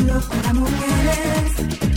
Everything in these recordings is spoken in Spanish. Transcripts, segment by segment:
Solo para mujeres.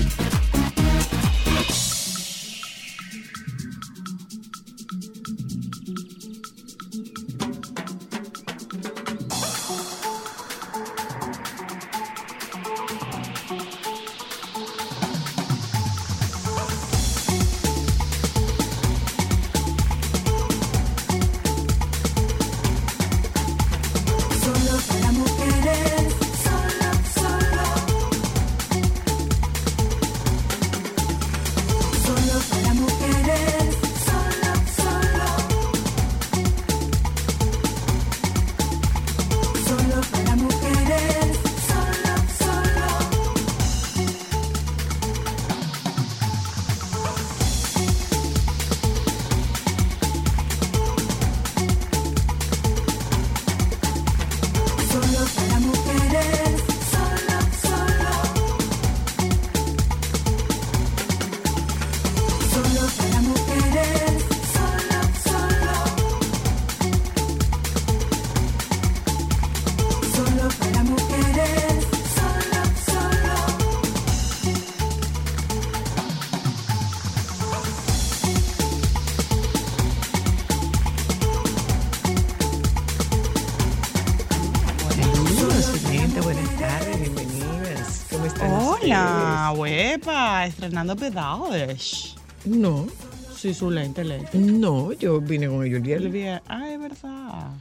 Hola, huepa, estrenando pedales. No. Sí, su lente. No, yo vine con ellos el viernes. Ah, es verdad.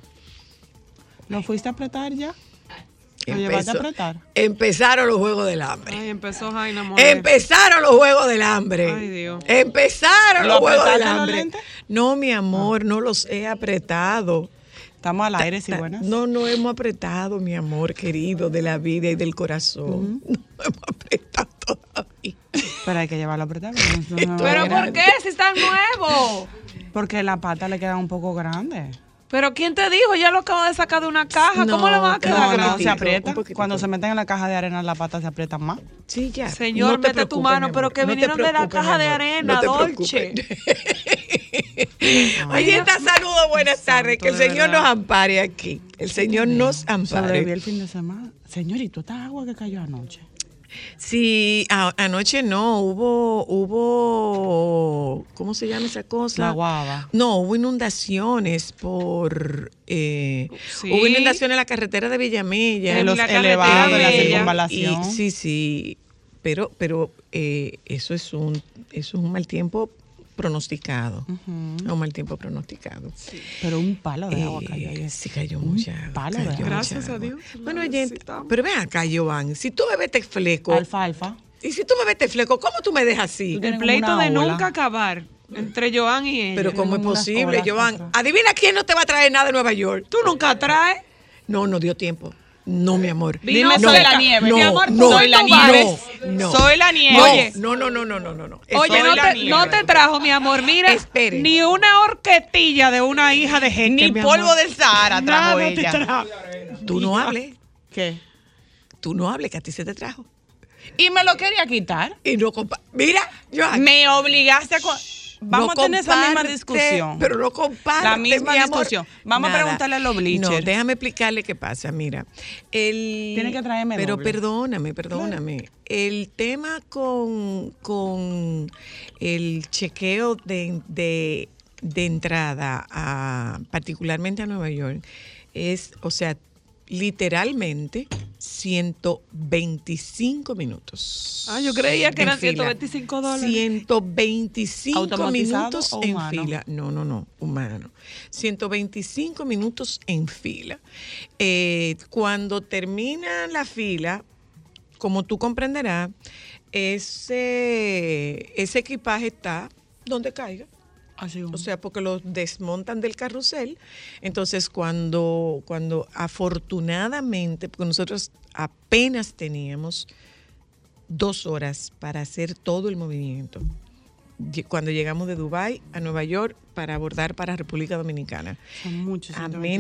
¿Lo fuiste a apretar ya? ¿Lo Empezó, llevaste a apretar? Empezaron los Juegos del Hambre. Ay, empezó Jaina Moreno. Empezaron los Juegos del Hambre. Ay, Dios. Empezaron los Juegos del Hambre. Los lentes? No, mi amor, no los he apretado. Estamos al aire, si buenas. No hemos apretado, mi amor querido, de la vida y del corazón. No hemos apretado todavía. Pero hay que llevarlo apretado. ¿Pero por qué? Si están nuevos. Porque la pata le queda un poco grande. ¿Pero quién te dijo? Ya lo acabo de sacar de una caja. ¿Cómo le va a quedar grande? No, se aprieta. Cuando se meten en la caja de arena, las patas se aprietan más. Sí, ya. Señor, no mete tu mano, pero que vinieron de la caja de arena, Dolce. Oye, saludos, buenas tardes. Que el Señor nos ampare aquí. El Señor nos ampare. Sobreviví el fin de semana. Señor, ¿y tú esta agua que cayó anoche? Sí, anoche no, hubo, ¿cómo se llama esa cosa? La guava. No, hubo inundaciones hubo inundaciones en la carretera de Villamella. En los elevados, de la circunvalación. Sí, pero eso es un mal tiempo pronosticado. Un mal tiempo pronosticado. Sí. Pero un palo de agua cayó ayer. Sí, cayó mucha agua. Palo de agua. Gracias a Dios. Bueno, oye, pero ven acá, Joan, si tú bebes te fleco. Alfalfa. Y si tú me ves te fleco, ¿cómo tú me dejas así? El pleito de nunca acabar entre Joan y ella. Pero ¿cómo es posible, Joan? Adivina quién no te va a traer nada de Nueva York. ¿Tú nunca traes? No dio tiempo. No, mi amor. Dime, soy la nieve. Mi amor, soy la nieve. No. Soy la nieve. Oye. No. Oye, no te trajo, mi amor. Mira, Espere. ni una horquetilla de una hija de gente. Ni polvo del Sahara trajo ella. Tú no hables. ¿Qué? Tú no hables, que a ti se te trajo. Y me lo quería quitar. Y no mira, Joan. Me obligaste a... Vamos no a tener esa misma comparte, discusión. Pero no comparte, la misma mi discusión. Amor. Vamos a preguntarle a los bleachers. No, déjame explicarle qué pasa. Mira, tiene que traerme pero doble. perdóname. Claro. El tema con el chequeo de entrada, particularmente a Nueva York, es, o sea, literalmente 125 minutos. Ah, yo creía que eran fila. $125. 125 minutos en humano? fila. No, humano. 125 minutos en fila. Cuando termina la fila, como tú comprenderás, ese equipaje está donde caiga. O sea, porque lo desmontan del carrusel. Entonces, cuando afortunadamente, porque nosotros apenas teníamos 2 horas para hacer todo el movimiento, cuando llegamos de Dubái a Nueva York para abordar para República Dominicana. Son muchos.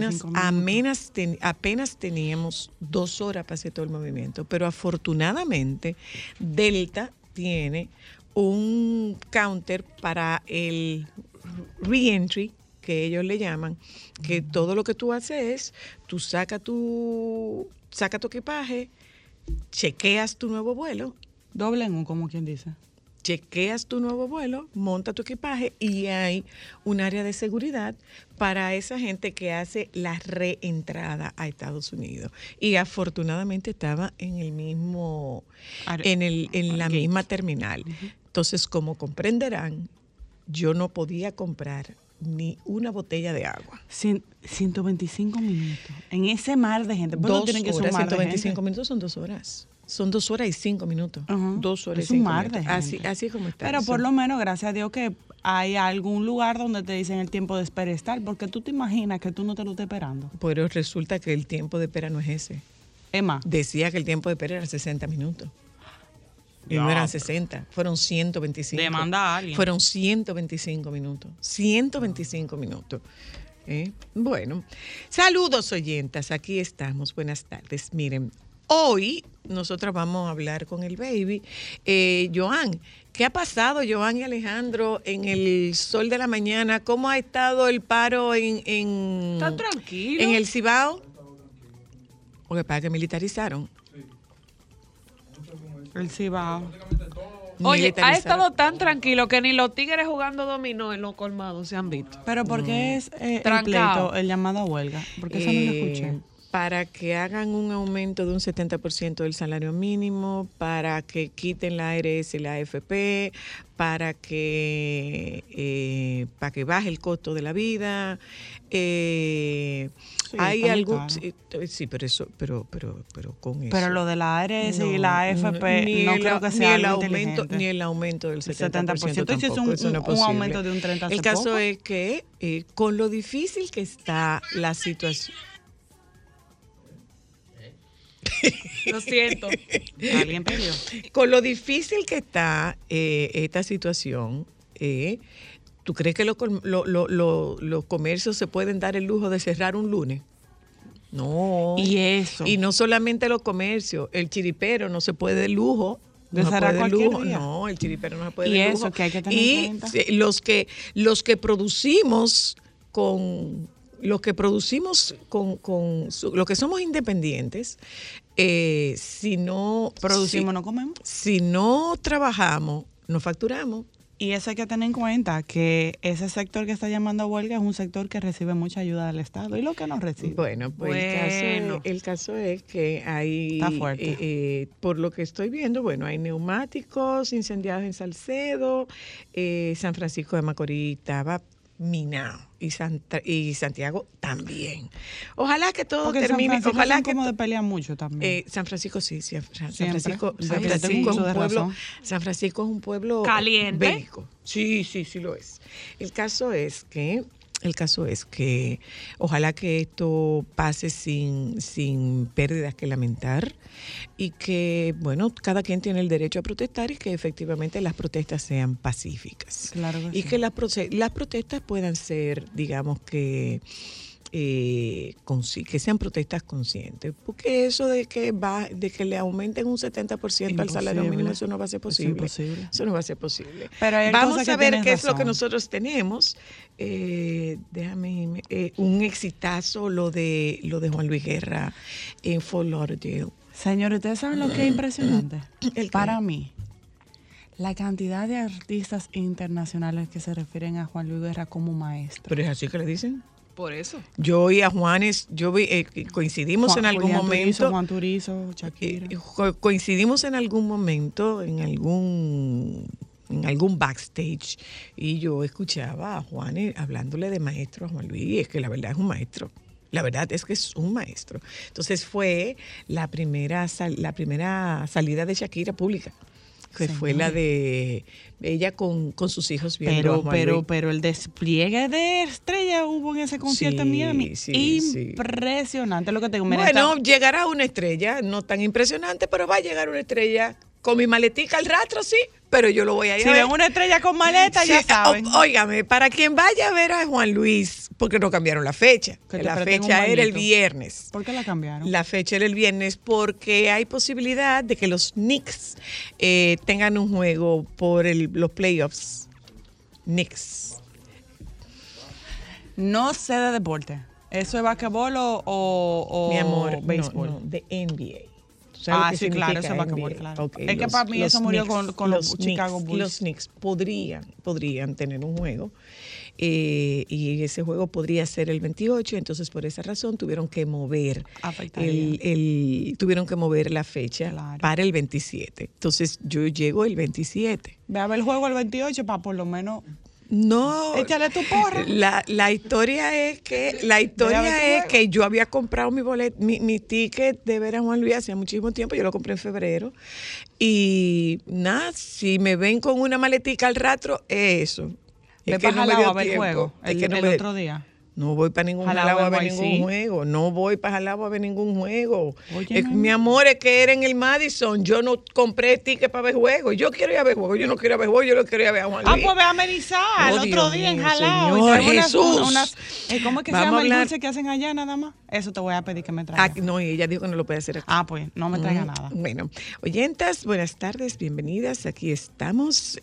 Apenas teníamos 2 horas para hacer todo el movimiento. Pero afortunadamente, Delta tiene un counter para el re-entry, que ellos le llaman, que todo lo que tú haces es, tú sacas tu equipaje, chequeas tu nuevo vuelo, Doble en un, como quien dice. monta tu equipaje y hay un área de seguridad para esa gente que hace la reentrada a Estados Unidos. Y afortunadamente estaba en el mismo, en la misma terminal. Entonces, como comprenderán, yo no podía comprar ni una botella de agua. 125 minutos. En ese mar de gente. ¿Por qué 2 tienen que horas, sumar de 125 gente? minutos son 2 horas. Son 2 horas y 5 minutos. Ajá. 2 horas Es y un 5 mar de minutos. gente. Así es como está. Pero por lo menos, gracias a Dios, que hay algún lugar donde te dicen el tiempo de espera estar, porque tú te imaginas que tú no te lo estés esperando. Pero resulta que el tiempo de espera no es ese. Emma, Decía que el tiempo de espera era 60 minutos. Y no eran 60, fueron 125. Demanda a alguien. Fueron 125 minutos. 125 minutos. Bueno, saludos oyentas, aquí estamos. Buenas tardes. Miren, hoy nosotros vamos a hablar con el baby. Joan, ¿qué ha pasado, Joan y Alejandro, en el sol de la mañana? ¿Cómo ha estado el paro Está tranquilo. en el Cibao? Porque para que militarizaron. el Cibao. Oye, ha Militarizaron. estado tan tranquilo que ni los tigres jugando dominó en los colmados se han visto. Pero ¿por qué es el Trancado. pleito, el llamado a huelga? Porque eso no lo escuché. Para que hagan un aumento de un 70% del salario mínimo, para que quiten la ARS y la AFP, para que baje el costo de la vida. Hay está muy algo, caro. sí, pero con eso. Pero lo de la ARS y No, la AFP no creo que sea algo inteligente. ni el aumento del 70%, 70%. tampoco. Entonces, Eso no es un posible. aumento de un 30 hace El caso poco. es que con lo difícil que está la situación. Lo siento. Alguien peleó. Con lo difícil que está esta situación, ¿tú crees que los comercios se pueden dar el lujo de cerrar un lunes? No. Y eso. Y no solamente los comercios, el chiripero no se puede de lujo. ¿De No se cerrar puede de cualquier lujo. día? No, el chiripero no se puede Y de eso lujo. que hay que tener Y en cuenta. los que producimos los que somos independientes, si no Producimos, no comemos. si no trabajamos, no facturamos. Y eso hay que tener en cuenta, que ese sector que está llamando a huelga es un sector que recibe mucha ayuda del Estado. ¿Y lo que no recibe? Bueno, pues Bueno. el caso es que hay, Está fuerte. por lo que estoy viendo, bueno, hay neumáticos incendiados en Salcedo, San Francisco de Macorís estaba minado y Santiago también. Ojalá que todo Porque termine. San Francisco Ojalá son que como de pelear mucho también. San Francisco sí, San Siempre. Francisco, Ay, San yo tengo Francisco es uso de un pueblo, razón. San Francisco es un pueblo Caliente. bélico. Sí lo es. El caso es que ojalá que esto pase sin pérdidas que lamentar y que, bueno, cada quien tiene el derecho a protestar y que efectivamente las protestas sean pacíficas. Claro que Y sí. que las protestas puedan ser, digamos que sean protestas conscientes, porque eso de que le aumenten un 70% al salario Imposible. mínimo, eso no va a ser posible. imposible. Eso no va a ser posible. Pero hay Vamos cosas a que ver tienes qué es lo que razón. nosotros tenemos. Un exitazo lo de Juan Luis Guerra en Fort Lauderdale. Señores, ¿ustedes saben lo que es impresionante? ¿El qué? Para mí, la cantidad de artistas internacionales que se refieren a Juan Luis Guerra como maestro. Pero es así que le dicen. Por eso. Yo oí a Juanes, coincidimos en algún Julián momento. Turizo, Juan Turizo, Shakira. Coincidimos en algún momento, en algún backstage, y yo escuchaba a Juan hablándole de maestro a Juan Luis, y es que la verdad es un maestro. La verdad es que es un maestro. Entonces fue la primera salida de Shakira pública, que fue la de ella con sus hijos viendo a Juan Luis. Pero el despliegue de estrella hubo en ese concierto en Miami. Sí. Impresionante lo que tengo. Mira, Bueno, llegará una estrella, no tan impresionante, pero va a llegar una estrella con mi maletica al rastro, sí, pero yo lo voy a ir si a ver. ven una estrella con maleta, Sí, ya saben. Óigame, para quien vaya a ver a Juan Luis, porque no cambiaron la fecha. Que te La presten un fecha era el bañito. viernes. ¿Por qué la cambiaron? La fecha era el viernes porque hay posibilidad de que los Knicks tengan un juego por los playoffs. Knicks. No sé de deporte. ¿Eso es basquetbol o Mi amor, béisbol? no, de NBA. Tú sabes Ah, qué sí, claro, significa eso va a NBA? acabar, claro. Ok, Es que para mí eso murió con los Chicago Bulls. Los Knicks podrían tener un juego y ese juego podría ser el 28, entonces por esa razón tuvieron que mover Afectaría. tuvieron que mover la fecha Claro. para el 27. Entonces yo llego el 27. Ve a ver el juego el 28 para por lo menos No, échale tu porra. la historia es que Ve tu juego. yo había comprado mi ticket de ver a Juan Luis hace muchísimo tiempo, yo lo compré en febrero y nada, si me ven con una maletica al rato, es eso. Ve Es que para no me Jalao dio a ver el tiempo. juego Es el, que no el me- otro día. No voy para ningún Jalao Jalao a ver NYC. ningún juego. No voy para Jalao a ver ningún juego. Oye, no hay Mi más. amor, es que era en el Madison. Yo no compré ticket para ver juegos. Yo quiero ir a ver juegos. Yo no quiero ir a ver juegos. Yo lo quiero ir a ver a Juan Ah, Luis. pues ve a amenizar el Oh, otro Dios día en mío, Jalao. Señor Traigo Jesús. ¿Cómo es que Vamos se a llama el hablar- dulce que hacen allá nada más? Eso te voy a pedir que me Ah, traigas. no, y ella dijo que no lo puede hacer aquí. Ah, pues no me traiga nada. Bueno, oyentas, buenas tardes, bienvenidas. Aquí estamos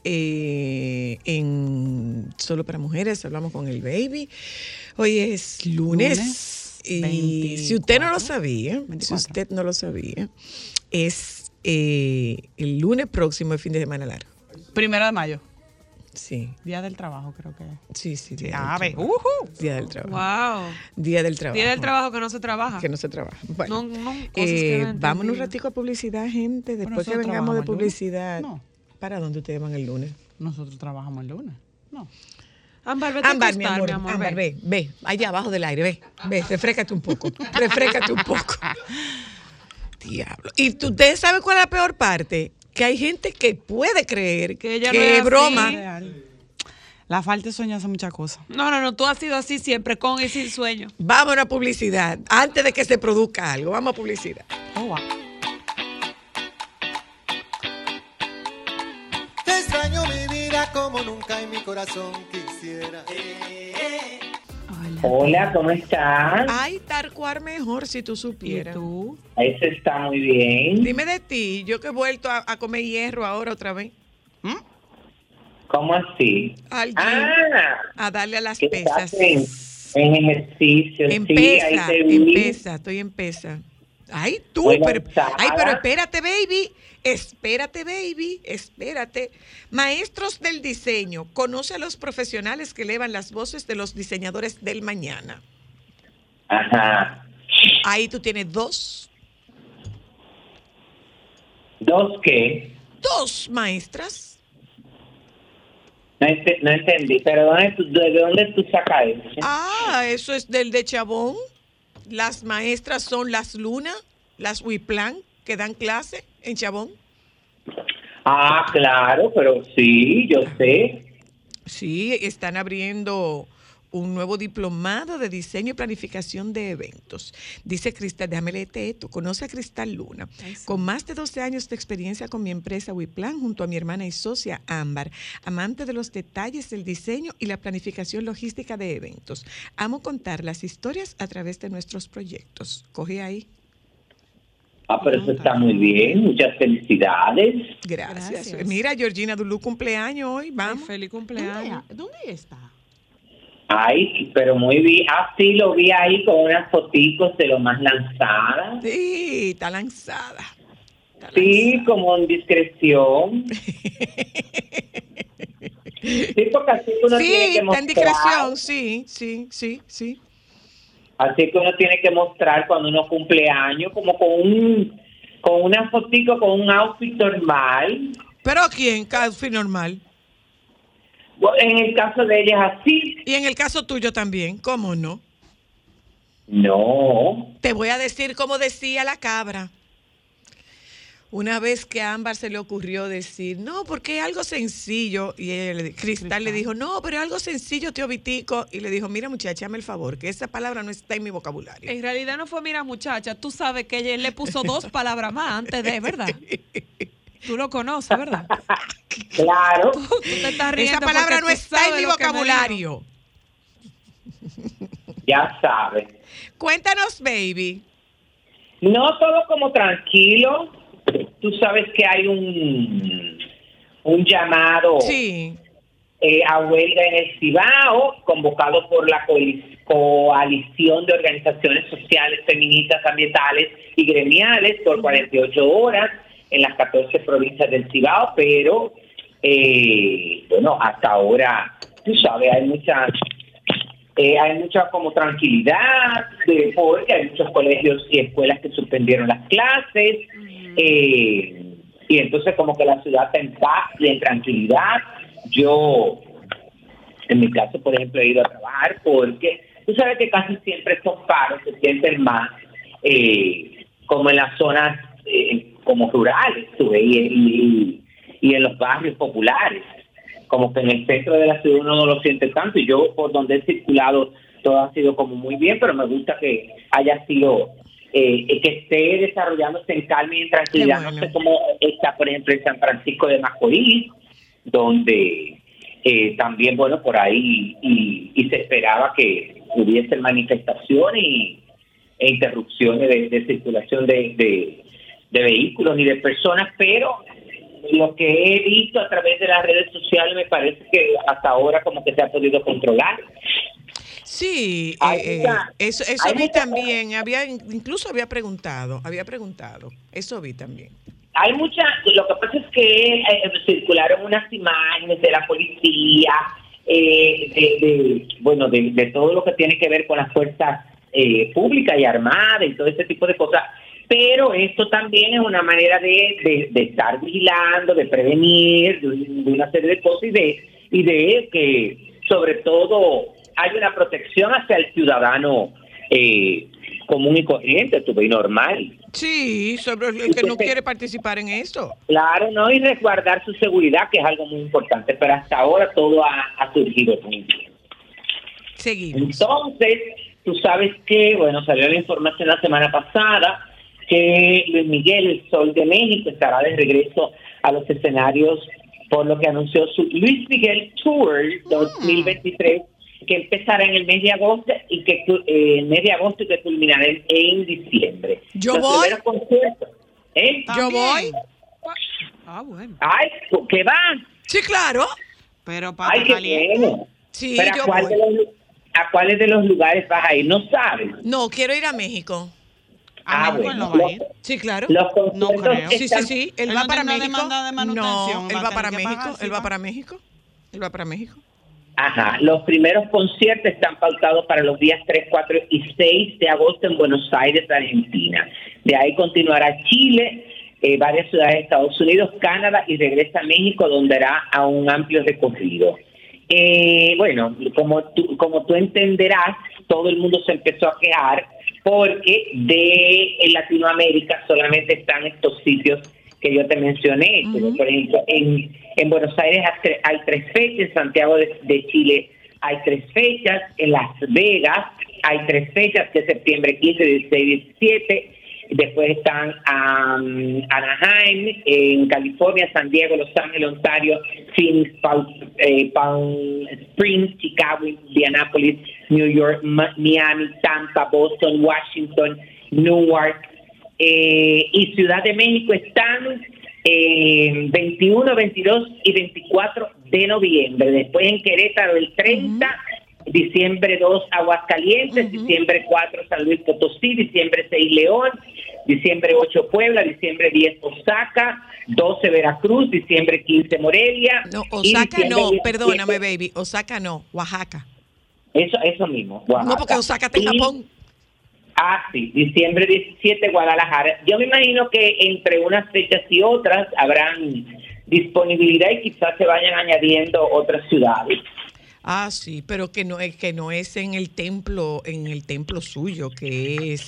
en Solo para Mujeres, hablamos con el baby. Hoy es lunes. Y 24. si usted no lo sabía, 24. es el lunes próximo, el fin de semana largo. 1 de mayo, Sí, Día del Trabajo, creo que es. sí. Día Ah, del ve. trabajo. Día del trabajo. Wow. Día del trabajo. Día del trabajo que no se trabaja. Que no se trabaja. Bueno, Cosas que no vámonos un entendía. ratico a publicidad, gente. Después que nosotros vengamos de trabajamos el lunes. publicidad. No. ¿Para dónde ustedes van el lunes? Nosotros trabajamos el lunes. No. Ámbar, vete a Ámbar, mi acostar, amor, Ámbar, ve, allá abajo del aire, ve, refrescate un poco, refrescate un poco. Diablo. ¿Y ustedes saben cuál es la peor parte? Que hay gente que puede creer Que ella que no es es así. broma. Real. La falta de sueño hace muchas cosas. No, tú has sido así siempre, con y sin sueño. Vámonos a publicidad, antes de que se produzca algo, vamos a publicidad. Oh, wow. Te extraño mi vida como nunca en mi corazón quisiera. Hola, ¿cómo estás? Ay, Tarcuar mejor si tú ¿Y supieras. tú? Eso está muy bien. Dime de ti, yo que he vuelto a comer hierro ahora otra vez. ¿Cómo así? Al gym, Ah, a darle a las que pesas. estás en ejercicio. En sí, ahí pesa, te en vi. pesa, estoy en pesa. Ay, tú, Muy pero, lanzada. ay, pero espérate, baby. Espérate, baby. Espérate. Maestros del diseño, conoce a los profesionales que elevan las voces de los diseñadores del mañana. Ajá. Ahí tú tienes dos ¿Qué? maestras. No entendí, pero ¿de dónde tú sacas eso? Ah, eso es del de Chabón. Las maestras son las Luna, las Wiplan, que dan clase en Chabón. Ah, claro, pero sí, yo sé. Sí, están abriendo un nuevo diplomado de diseño y planificación de eventos. Dice Cristal, déjame leerte esto, conoce a Cristal Luna. Con más de 12 años de experiencia con mi empresa Wiplan, junto a mi hermana y socia Ámbar, amante de los detalles del diseño y la planificación logística de eventos. Amo contar las historias a través de nuestros proyectos. Coge ahí. Ah, pero eso está muy bien. Muchas felicidades. Gracias. Gracias. Mira, Georgina Dulú cumpleaños hoy, Ay, vamos. feliz cumpleaños. ¿Dónde está? Ay, pero muy bien. Ah, sí, lo vi ahí con unas foticos de lo más lanzada. Sí, está lanzada. Está Sí, como en discreción. Sí, porque así que uno tiene Sí, que está en mostrar. discreción, sí. Así que uno tiene que mostrar cuando uno cumple años, como con una fotico, con un outfit normal. ¿Pero quién? Outfit normal. Bueno, en el caso de ella es así. Y en el caso tuyo también, ¿cómo no? No. Te voy a decir como decía la cabra. Una vez que a Ámbar se le ocurrió decir, no, porque es algo sencillo. Y Cristal le dijo, no, pero es algo sencillo, tío Vitico. Y le dijo, mira muchacha, hazme el favor, que esa palabra no está en mi vocabulario. En realidad no fue mira muchacha, tú sabes que ella le puso 2 palabras más antes de, ¿verdad? Tú lo conoces, ¿verdad? Claro. Tú te estás riendo Esa palabra porque no tú está en sabes mi lo que me vocabulario. Ya sabes. Cuéntanos, baby. No todo como tranquilo. Tú sabes que hay un llamado Sí. a huelga en el Cibao, convocado por la coalición de organizaciones sociales, feministas, ambientales y gremiales por 48 horas en las 14 provincias del Cibao, pero bueno, hasta ahora, tú sabes, hay mucha como tranquilidad, porque hay muchos colegios y escuelas que suspendieron las clases, y entonces como que la ciudad está en paz y en tranquilidad. Yo, en mi caso, por ejemplo, he ido a trabajar porque tú sabes que casi siempre estos paros se sienten más como en las zonas como rurales, tú ves, y en los barrios populares. Como que en el centro de la ciudad uno no lo siente tanto, y yo por donde he circulado todo ha sido como muy bien, pero me gusta que haya sido, que esté desarrollándose en calma y en tranquilidad. Bueno. No sé cómo está, por ejemplo, en San Francisco de Macorís, donde también, bueno, por ahí y se esperaba que hubiese manifestaciones e interrupciones de circulación de vehículos y de personas, pero lo que he visto a través de las redes sociales me parece que hasta ahora como que se ha podido controlar. Sí, eso vi mucha- también. Incluso había preguntado. Eso vi también. Hay lo que pasa es que circularon unas imágenes de la policía, de todo lo que tiene que ver con las fuerzas públicas y armadas y todo ese tipo de cosas, pero esto también es una manera de estar vigilando, de prevenir, de una serie de cosas y de que sobre todo hay una protección hacia el ciudadano común y corriente, y normal. Sí, sobre el que no quiere participar en esto. Claro, ¿no? Y resguardar su seguridad, que es algo muy importante, pero hasta ahora todo ha surgido muy bien. Seguimos. Entonces, tú sabes que, bueno, salió la información la semana pasada que Luis Miguel, el Sol de México, estará de regreso a los escenarios, por lo que anunció su Luis Miguel Tour 2023, que empezará en el mes de agosto y que culminará en diciembre. Yo Los voy. primeros conciertos, ¿eh? Yo voy. Bueno. Ay, ¿qué va? Sí, claro. Pero para Ay, qué caliente. bueno. Sí, Pero yo ¿a cuáles de los lugares vas a ir? No sabes. No, quiero ir a México. A México él no va a ir. Sí, claro. Los conciertos No creo. Sí, están- sí. Él Él va no para tiene una México. demanda de manutención, No, él va a va tener para que México. pagar, sí, Él va va. para México. Él va para México. Ajá, los primeros conciertos están pautados para los días 3, 4 y 6 de agosto en Buenos Aires, Argentina. De ahí continuará Chile, varias ciudades de Estados Unidos, Canadá y regresa a México, donde hará a un amplio recorrido. Bueno, como tú entenderás, todo el mundo se empezó a quejar porque en Latinoamérica solamente están estos sitios que yo te mencioné. Uh-huh. Por ejemplo, en Buenos Aires hay 3 fechas, en Santiago de Chile hay 3 fechas, en Las Vegas hay 3 fechas, que es septiembre 15, 16 y 17. Después están Anaheim, en California, San Diego, Los Ángeles, Ontario, Phoenix, Palm Springs, Chicago, Indianapolis, New York, Miami, Tampa, Boston, Washington, Newark, y Ciudad de México están 21, 22 y 24 de noviembre. Después en Querétaro el 30, diciembre 2 Aguascalientes, diciembre 4 San Luis Potosí, diciembre 6 León, diciembre 8 Puebla, diciembre 10 Osaka, 12 Veracruz, diciembre 15 Morelia. No, y Osaka diciembre no, 17 perdóname, baby. Osaka no, Oaxaca. Eso mismo, Oaxaca. No, porque Osaka está en Y- Japón. Sí, diciembre 17, Guadalajara. Yo me imagino que entre unas fechas y otras habrán disponibilidad y quizás se vayan añadiendo otras ciudades. Sí, pero que no es en el templo suyo, que es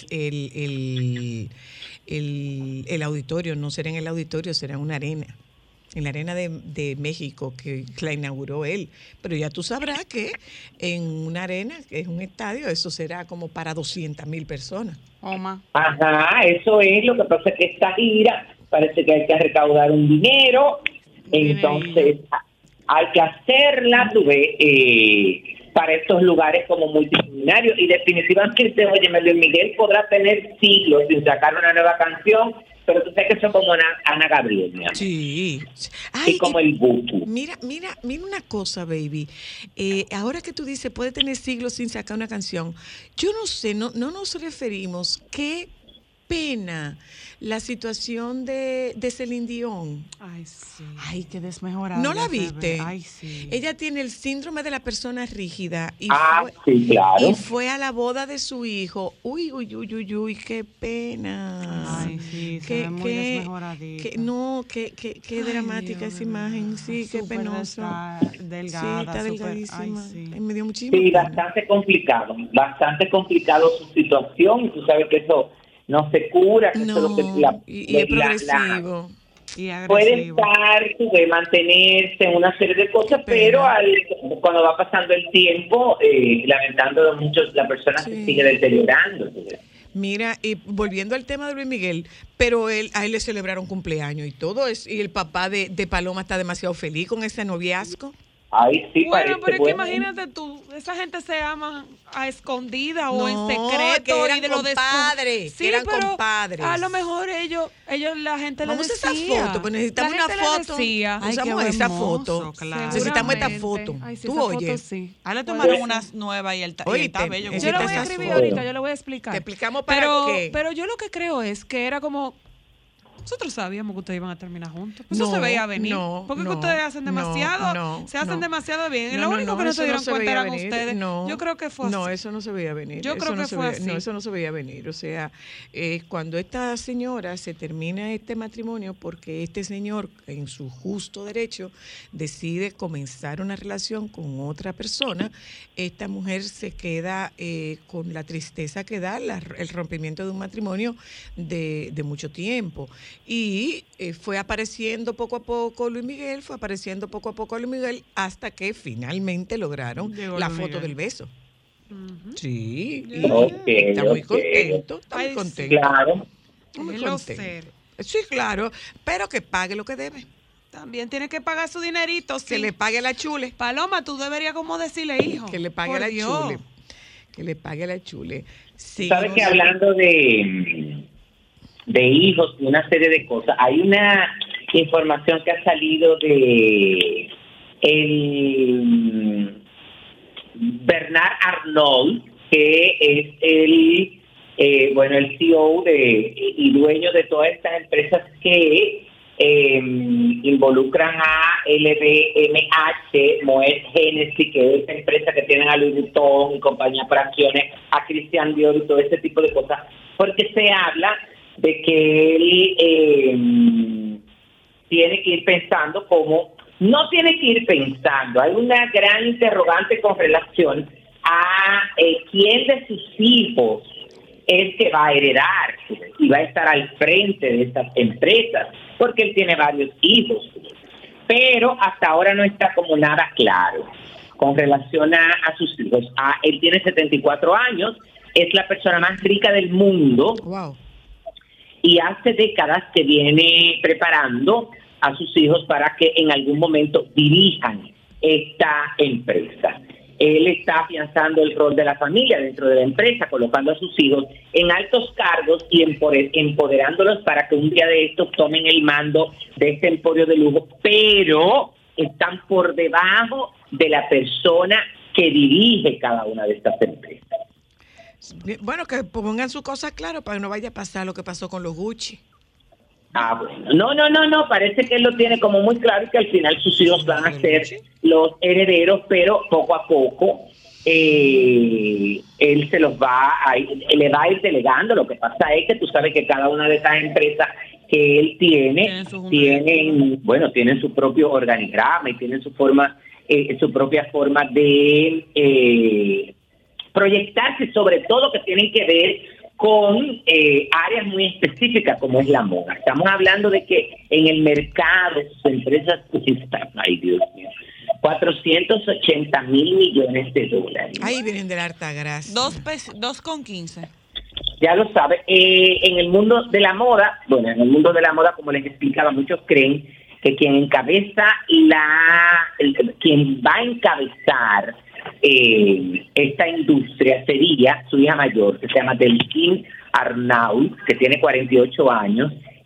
el auditorio. No será en el auditorio, será en una arena. En la arena de México, que la inauguró él. Pero ya tú sabrás que en una arena, que es un estadio, eso será como para 200,000 personas. Oma. Ajá, eso es. Lo que pasa es que esta gira parece que hay que recaudar un dinero, entonces hay que hacerla, tú ves, para estos lugares como multitudinarios, y definitivamente, oye, Luis Miguel podrá tener siglos sin sacar una nueva canción, pero tú sabes que son como Ana Gabriel, mi amor. Sí. Y como el Buki. Mira una cosa, baby. Ahora que tú dices, puede tener siglos sin sacar una canción, yo no sé, no nos referimos, qué pena la situación de Celine Dion. Ay, sí. Ay, qué desmejorada. ¿No la se ve. viste? Ay, sí. Ella tiene el síndrome de la persona rígida y, Sí, claro. y fue a la boda de su hijo. Uy, qué pena. Ay, sí, se ve muy desmejoradita. Qué dramática Dios esa mío. imagen. Sí, qué Súper penoso. delgada, Sí, está súper- delgadísima. ay, sí. Ay, me dio muchísimo. Sí, bastante complicado su situación. Y tú sabes que eso no se cura, que eso es lo que y es progresivo. Y puede agresivo. estar, puede mantenerse en una serie de cosas, Qué pena. pero cuando va pasando el tiempo, lamentándolo mucho, la persona se sigue deteriorando. Mira, y volviendo al tema de Luis Miguel, pero a él le celebraron cumpleaños y todo, y el papá de Paloma está demasiado feliz con ese noviazgo. Ay, sí, Bueno, pero es que bueno. imagínate tú, esa gente se ama a escondida o en No, secreto que eran y de lo compadres, Sí, que eran pero compadres. a lo mejor ellos la gente Vamos a le esa decía. foto, pues necesitamos La una gente le foto. decía. Ay, qué Usamos esa hermoso, foto. claro. Necesitamos esta Seguramente. foto. Ay, sí, Tú esa foto oye. sí. A le Bueno. tomaron unas nuevas y él está Oíste, bello. ese Yo lo voy a está escribir solo. ahorita, yo lo voy a explicar. Te explicamos para qué. Pero yo lo que creo es que era como nosotros sabíamos que ustedes iban a terminar juntos. Pues eso No, se veía venir. no, Porque no, ustedes hacen demasiado, se hacen no. demasiado bien. Y No, lo no, único no, que no eso se dieron se cuenta veía eran venir. ustedes. No, Yo creo que fue así. No, eso no se veía venir. Yo Eso creo no que se fue veía- así. No, eso no se veía venir. O sea, cuando esta señora se termina este matrimonio porque este señor, en su justo derecho, decide comenzar una relación con otra persona, esta mujer se queda con la tristeza que da el rompimiento de un matrimonio de mucho tiempo. Y fue apareciendo poco a poco Luis Miguel, hasta que finalmente lograron Llegó la Luis foto Miguel. del beso. Sí, y Ok, está muy ok. contento, está muy Ay, sí. contento. Claro. Está muy Déjelo contento. ser. Sí, claro, pero que pague lo que debe, También tiene que pagar su dinerito, sí. que le pague a la chule, Paloma, tú deberías como decirle, hijo. que le pague por a la Dios. chule, que le pague a la chule. Sí, Sabes que hablando de hijos y una serie de cosas, hay una información que ha salido de el Bernard Arnault, que es el CEO y dueño de todas estas empresas que involucran a LVMH, Moet Hennessy, que es esta empresa que tienen a Louis Vuitton y compañía por acciones, a Christian Dior y todo ese tipo de cosas, porque se habla de que él tiene que ir pensando no tiene que ir pensando, hay una gran interrogante con relación a quién de sus hijos es que va a heredar y va a estar al frente de estas empresas, porque él tiene varios hijos, pero hasta ahora no está como nada claro con relación a sus hijos. Él tiene 74 años, es la persona más rica del mundo. Wow. Y hace décadas que viene preparando a sus hijos para que en algún momento dirijan esta empresa. Él está afianzando el rol de la familia dentro de la empresa, colocando a sus hijos en altos cargos y empoderándolos para que un día de estos tomen el mando de este emporio de lujo, pero están por debajo de la persona que dirige cada una de estas empresas. Bueno, que pongan su cosa claro para que no vaya a pasar lo que pasó con los Gucci. Bueno. No, parece que él lo tiene como muy claro y que al final sus hijos van a ser los herederos, pero poco a poco él se los le va a ir delegando. Lo que pasa es que tú sabes que cada una de esas empresas que él tienen su propio organigrama y tienen su propia forma de proyectarse, sobre todo que tienen que ver con áreas muy específicas como es la moda. Estamos hablando de que en el mercado sus empresas están, ay Dios mío, 480 mil millones de dólares. Ahí vienen de la harta gracia. 2,15. Ya lo sabe. En el mundo de la moda, como les explicaba, muchos creen que quien va a encabezar esta industria sería su hija mayor, que se llama Delphine Arnault, que tiene 48 años.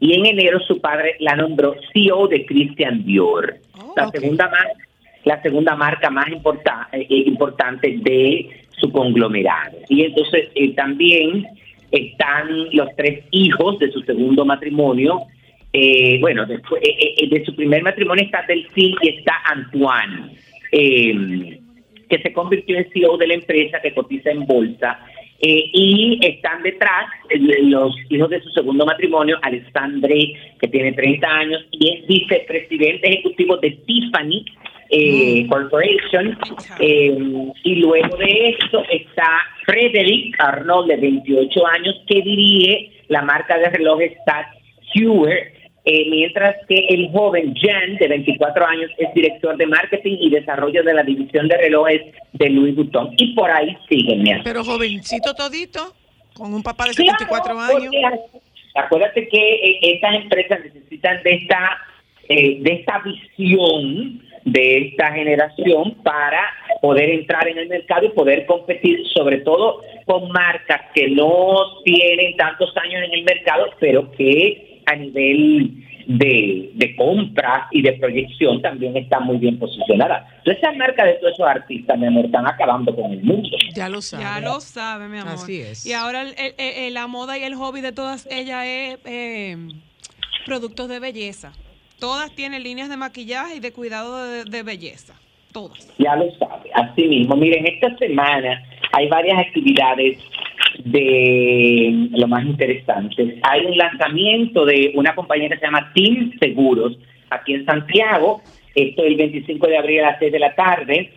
y en enero su padre la nombró CEO de Christian Dior, la segunda marca más importante de su conglomerado. Y entonces también están los 3 hijos de su segundo matrimonio. Después, de su primer matrimonio está Delphine y está Antoine, que se convirtió en CEO de la empresa que cotiza en bolsa. Y están detrás los hijos de su segundo matrimonio, Alexandre, que tiene 30 años y es vicepresidente ejecutivo de Tiffany Corporation. Y luego de esto está Frederick Arnold, de 28 años, que dirige la marca de relojes TAG Heuer, mientras que el joven Jan, de 24 años, es director de marketing y desarrollo de la división de relojes de Louis Vuitton. Y por ahí siguen. Pero jovencito todito, con un papá de 74 años. Acuérdate que estas empresas necesitan de esta visión de esta generación para poder entrar en el mercado y poder competir, sobre todo con marcas que no tienen tantos años en el mercado, pero que a nivel de compras y de proyección también está muy bien posicionada. Entonces, esas marcas de todos esos artistas, mi amor, están acabando con el mundo. Ya lo sabe. Ya lo sabe, mi amor. Así es. Y ahora la moda y el hobby de todas ellas es productos de belleza. Todas tienen líneas de maquillaje y de cuidado de belleza. Todas. Ya lo sabe. Así mismo. Miren, esta semana hay varias actividades de lo más interesantes. Hay un lanzamiento de una compañía que se llama Team Seguros aquí en Santiago. Esto el 25 de abril a las 6 de la tarde.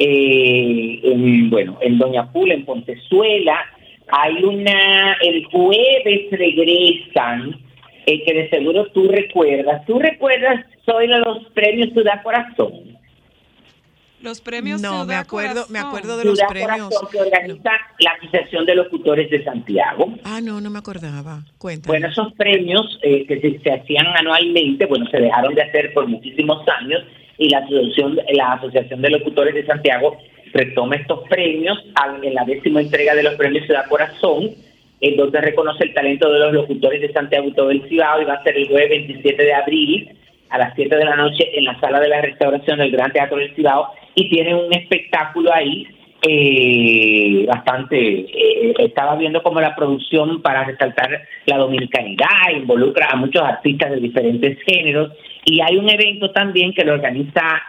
En Doña Pula, en Pontezuela. Hay el jueves regresan, que de seguro tú recuerdas. ¿Tú recuerdas, Soy los premios Ciudad Corazón? Los premios No, Ciudad me acuerdo Corazón. de los Ciudad premios. Corazón, que organiza la Asociación de Locutores de Santiago. No me acordaba. Cuéntame. Bueno, esos premios que se hacían anualmente, se dejaron de hacer por muchísimos años y la Asociación de Locutores de Santiago retoma estos premios en la 10ª entrega de los premios Ciudad Corazón, en donde reconoce el talento de los locutores de Santiago y todo el Cibao, y va a ser el jueves 27 de abril a las 7 de la noche en la sala de la restauración del Gran Teatro del Cibao, y tiene un espectáculo ahí bastante, estaba viendo como la producción para resaltar la dominicanidad, involucra a muchos artistas de diferentes géneros, y hay un evento también que lo organiza,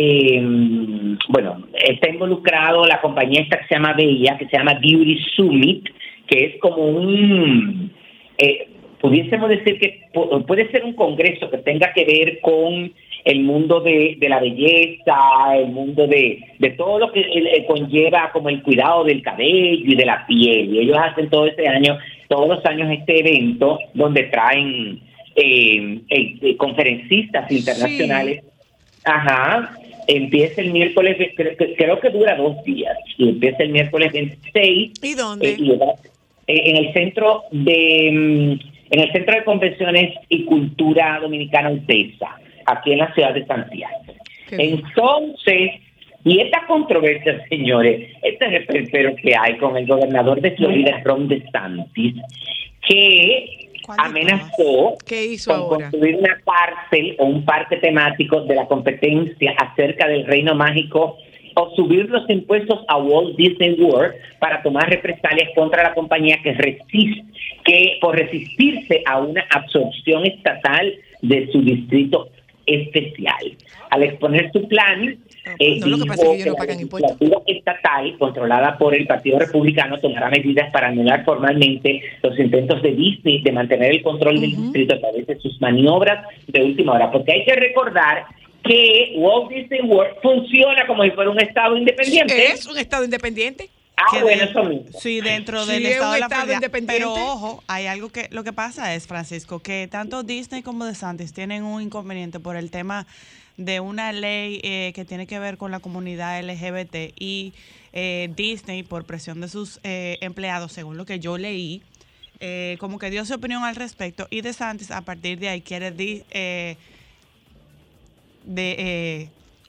está involucrado la compañía esta que se llama Bella, que se llama Beauty Summit, que es como pudiésemos decir que puede ser un congreso que tenga que ver con el mundo de la belleza, el mundo de todo lo que conlleva como el cuidado del cabello y de la piel. Y ellos hacen todos los años este evento donde traen conferencistas internacionales. Sí. Empieza el miércoles, creo que dura 2 días, y empieza el miércoles 26. ¿Y dónde? En el centro de Convenciones y Cultura Dominicana UTESA, aquí en la ciudad de Santiago. Entonces, y esta controversia, señores, este reperpero que hay con el gobernador de Florida, Ron DeSantis, que amenazó con construir una cárcel o un parque temático de la competencia acerca del reino mágico, o subir los impuestos a Walt Disney World para tomar represalias contra la compañía que por resistirse a una absorción estatal de su distrito especial. Al exponer su plan, lo que pasa es que ellos no pagan impuestos. La legislatura estatal, controlada por el Partido Republicano, tomará medidas para anular formalmente los intentos de Disney de mantener el control del distrito a través de sus maniobras de última hora. Porque hay que recordar que Walt Disney World funciona como si fuera un estado independiente. ¿Es un estado independiente? Eso mismo. Sí, dentro del estado de la Florida. Independiente. Pero ojo, hay algo que lo que pasa es, Francisco, que tanto Disney como DeSantis tienen un inconveniente por el tema de una ley que tiene que ver con la comunidad LGBT, y Disney, por presión de sus empleados, según lo que yo leí, como que dio su opinión al respecto, y DeSantis a partir de ahí quiere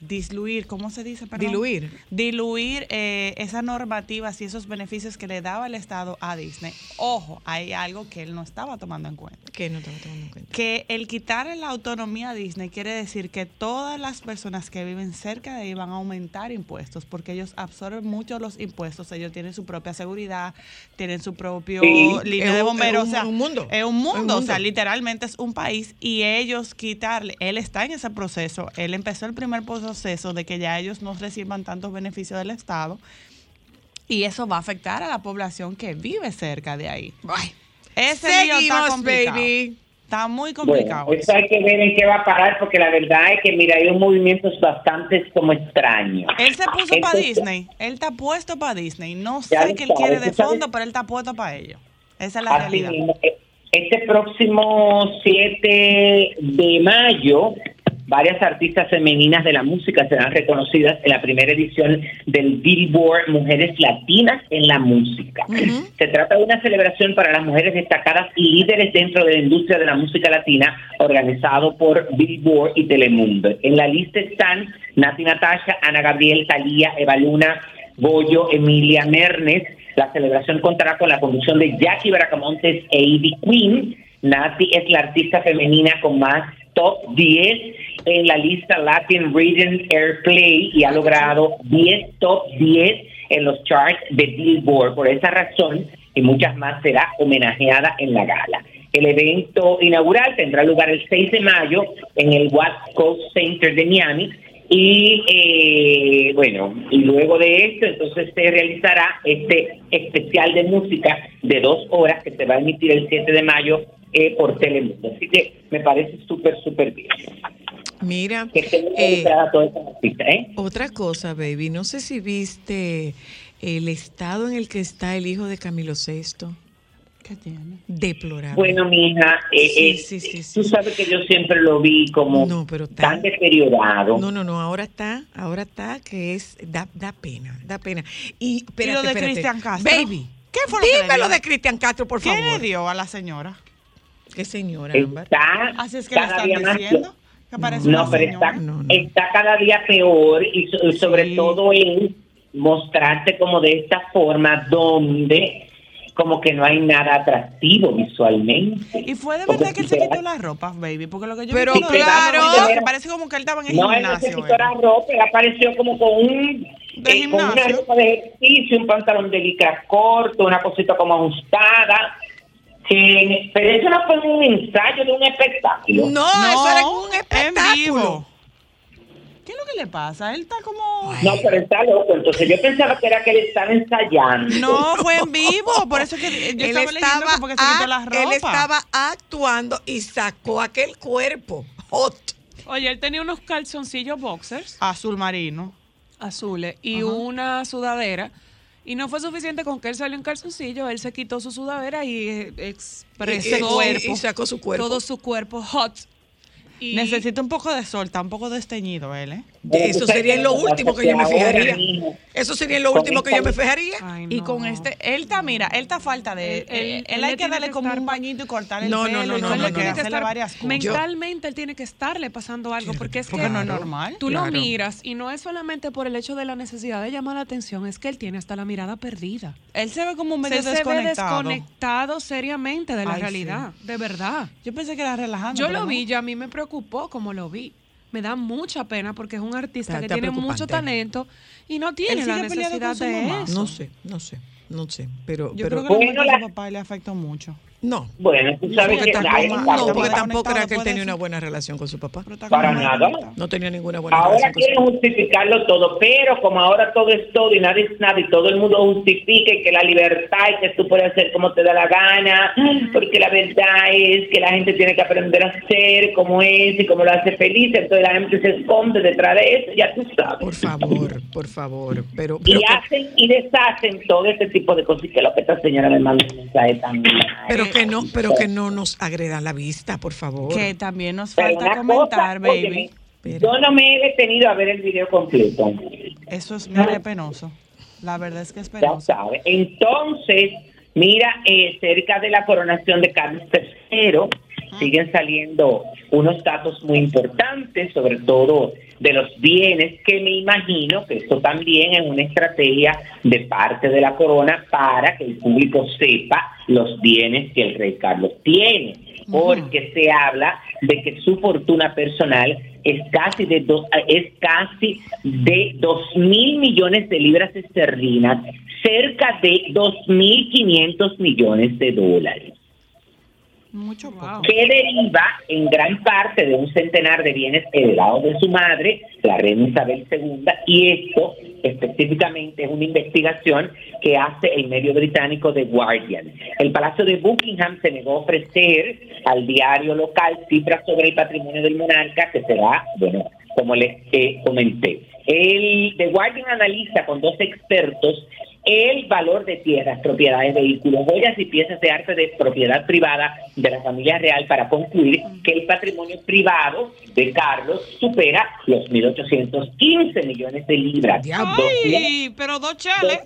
diluir, ¿cómo se dice? Perdón? Diluir esa normativa y esos beneficios que le daba el Estado a Disney. Ojo, hay algo que él no estaba tomando en cuenta. ¿Qué no estaba tomando en cuenta? Que el quitarle la autonomía a Disney quiere decir que todas las personas que viven cerca de ahí van a aumentar impuestos, porque ellos absorben mucho los impuestos, ellos tienen su propia seguridad, tienen su propio línea de bomberos, es un mundo. Es un mundo, o sea, literalmente es un país, y ellos quitarle, él está en ese proceso, él empezó el primer proceso de que ya ellos no reciban tantos beneficios del Estado, y eso va a afectar a la población que vive cerca de ahí. Ese lío está complicado. Baby. Está muy complicado. Bueno, eso hay que ver en qué va a parar, porque la verdad es que, mira, hay un movimiento bastante como extraño. Él se puso para Disney, él está puesto para Disney. No sé qué él quiere de fondo, pero él está puesto para ello. Esa es la realidad. Mismo, este próximo 7 de mayo, varias artistas femeninas de la música serán reconocidas en la primera edición del Billboard Mujeres Latinas en la Música. Se trata de una celebración para las mujeres destacadas y líderes dentro de la industria de la música latina, organizado por Billboard y Telemundo. En la lista están Nati Natasha, Ana Gabriel, Thalía, Eva Luna, Goyo, Emilia Mernes. La celebración contará con la conducción de Jackie Bracamontes e Ivy Queen. Nati es la artista femenina con más top 10 en la lista Latin Region Airplay y ha logrado 10 top 10 en los charts de Billboard. Por esa razón y muchas más será homenajeada en la gala. El evento inaugural tendrá lugar el 6 de mayo en el West Coast Center de Miami. Y y luego de esto entonces se realizará este especial de música de 2 horas que se va a emitir el 7 de mayo por Telemundo. Así que me parece súper bien. Mira, que toda esta artista, otra cosa, baby, no sé si viste el estado en el que está el hijo de Camilo VI. ¿Qué tiene? Deplorable. Bueno, mija, tú sabes que yo siempre lo vi como tan deteriorado. No, ahora está que da pena. Y espérate, lo de Cristian Castro. Baby, ¿qué fue lo que dime lo de Cristian Castro, por favor. ¿Qué le dio a la señora? ¿Qué señora? Así es que le están diciendo. Que parece una señora. Está cada día peor y sobre todo en mostrarse como de esta forma donde como que no hay nada atractivo visualmente. Y fue de verdad que él se quitó la ropa, baby, porque lo que yo vi que parece como que él estaba en el gimnasio. No, él se quitó la ropa, él apareció como con con una ropa de ejercicio, un pantalón de licra corto, una cosita como ajustada. Pero eso no fue un ensayo de un espectáculo. No, eso era un espectáculo. En vivo. ¿Qué es lo que le pasa? Él está como... No, pero está loco. Entonces yo pensaba que era que él estaba ensayando. No, fue en vivo. Por eso que yo estaba leyendo que porque se quitó la ropa. Él estaba actuando y sacó aquel cuerpo hot. Oye, él tenía unos calzoncillos boxers. Azul marino. Azules. Y una sudadera. Y no fue suficiente con que él salió en calzoncillo. Él se quitó su sudadera y expresó y sacó su cuerpo. Todo su cuerpo hot. Y necesita un poco de sol, está un poco desteñido él, Eso sería lo último que yo me fijaría. Eso sería lo último que yo me fijaría. Ay, no. Y con él está falta de... Él hay que darle como un bañito y cortarle el pelo. No, hacerle varias cosas. Mentalmente él tiene que estarle pasando algo, porque es que no es normal. Tú lo miras y no es solamente por el hecho de la necesidad de llamar la atención, es que él tiene hasta la mirada perdida. Él se ve como un medio desconectado. Se ve desconectado seriamente de la realidad, de verdad. Yo pensé que era relajando. Yo lo vi, ya a mí me preocupó como lo vi. Me da mucha pena porque es un artista que tiene mucho talento y no tiene la necesidad de eso. No sé, pero yo creo que a su papá le afectó mucho. No. Bueno, tú sabes que porque tampoco era que él tenía una buena relación con su papá. Para nada. No tenía ninguna buena relación con su papá. Ahora quieren justificarlo todo, pero como ahora todo es todo y nada es nada y todo el mundo justifica y que la libertad y que tú puedes hacer como te da la gana, porque la verdad es que la gente tiene que aprender a ser como es y como lo hace feliz, entonces la gente se esconde detrás de eso, ya tú sabes. Por favor. Pero y hacen y deshacen todo ese tipo de cosas, que lo que esta señora me manda un mensaje también. Pero que no nos agredan la vista, por favor. Que también nos falta comentar, baby. Yo no me he detenido a ver el video completo. Eso es muy penoso. La verdad es que es penoso. Ya sabes. Entonces, mira, cerca de la coronación de Carlos III, siguen saliendo unos datos muy importantes, sobre todo de los bienes, que me imagino que esto también es una estrategia de parte de la corona para que el público sepa los bienes que el rey Carlos tiene, porque se habla de que su fortuna personal es casi de 2.000 millones de libras esterlinas, cerca de 2.500 millones de dólares. Mucho poco. Que deriva en gran parte de un centenar de bienes heredados de su madre, la reina Isabel II, y esto específicamente es una investigación que hace el medio británico The Guardian. El Palacio de Buckingham se negó a ofrecer al diario local cifras sobre el patrimonio del monarca, que será, bueno, como les comenté. El The Guardian analiza con 2 expertos el valor de tierras, propiedades, vehículos, joyas y piezas de arte de propiedad privada de la familia real para concluir que el patrimonio privado de Carlos supera los 1.815 millones de libras. ¡Ay! Pero dos chales.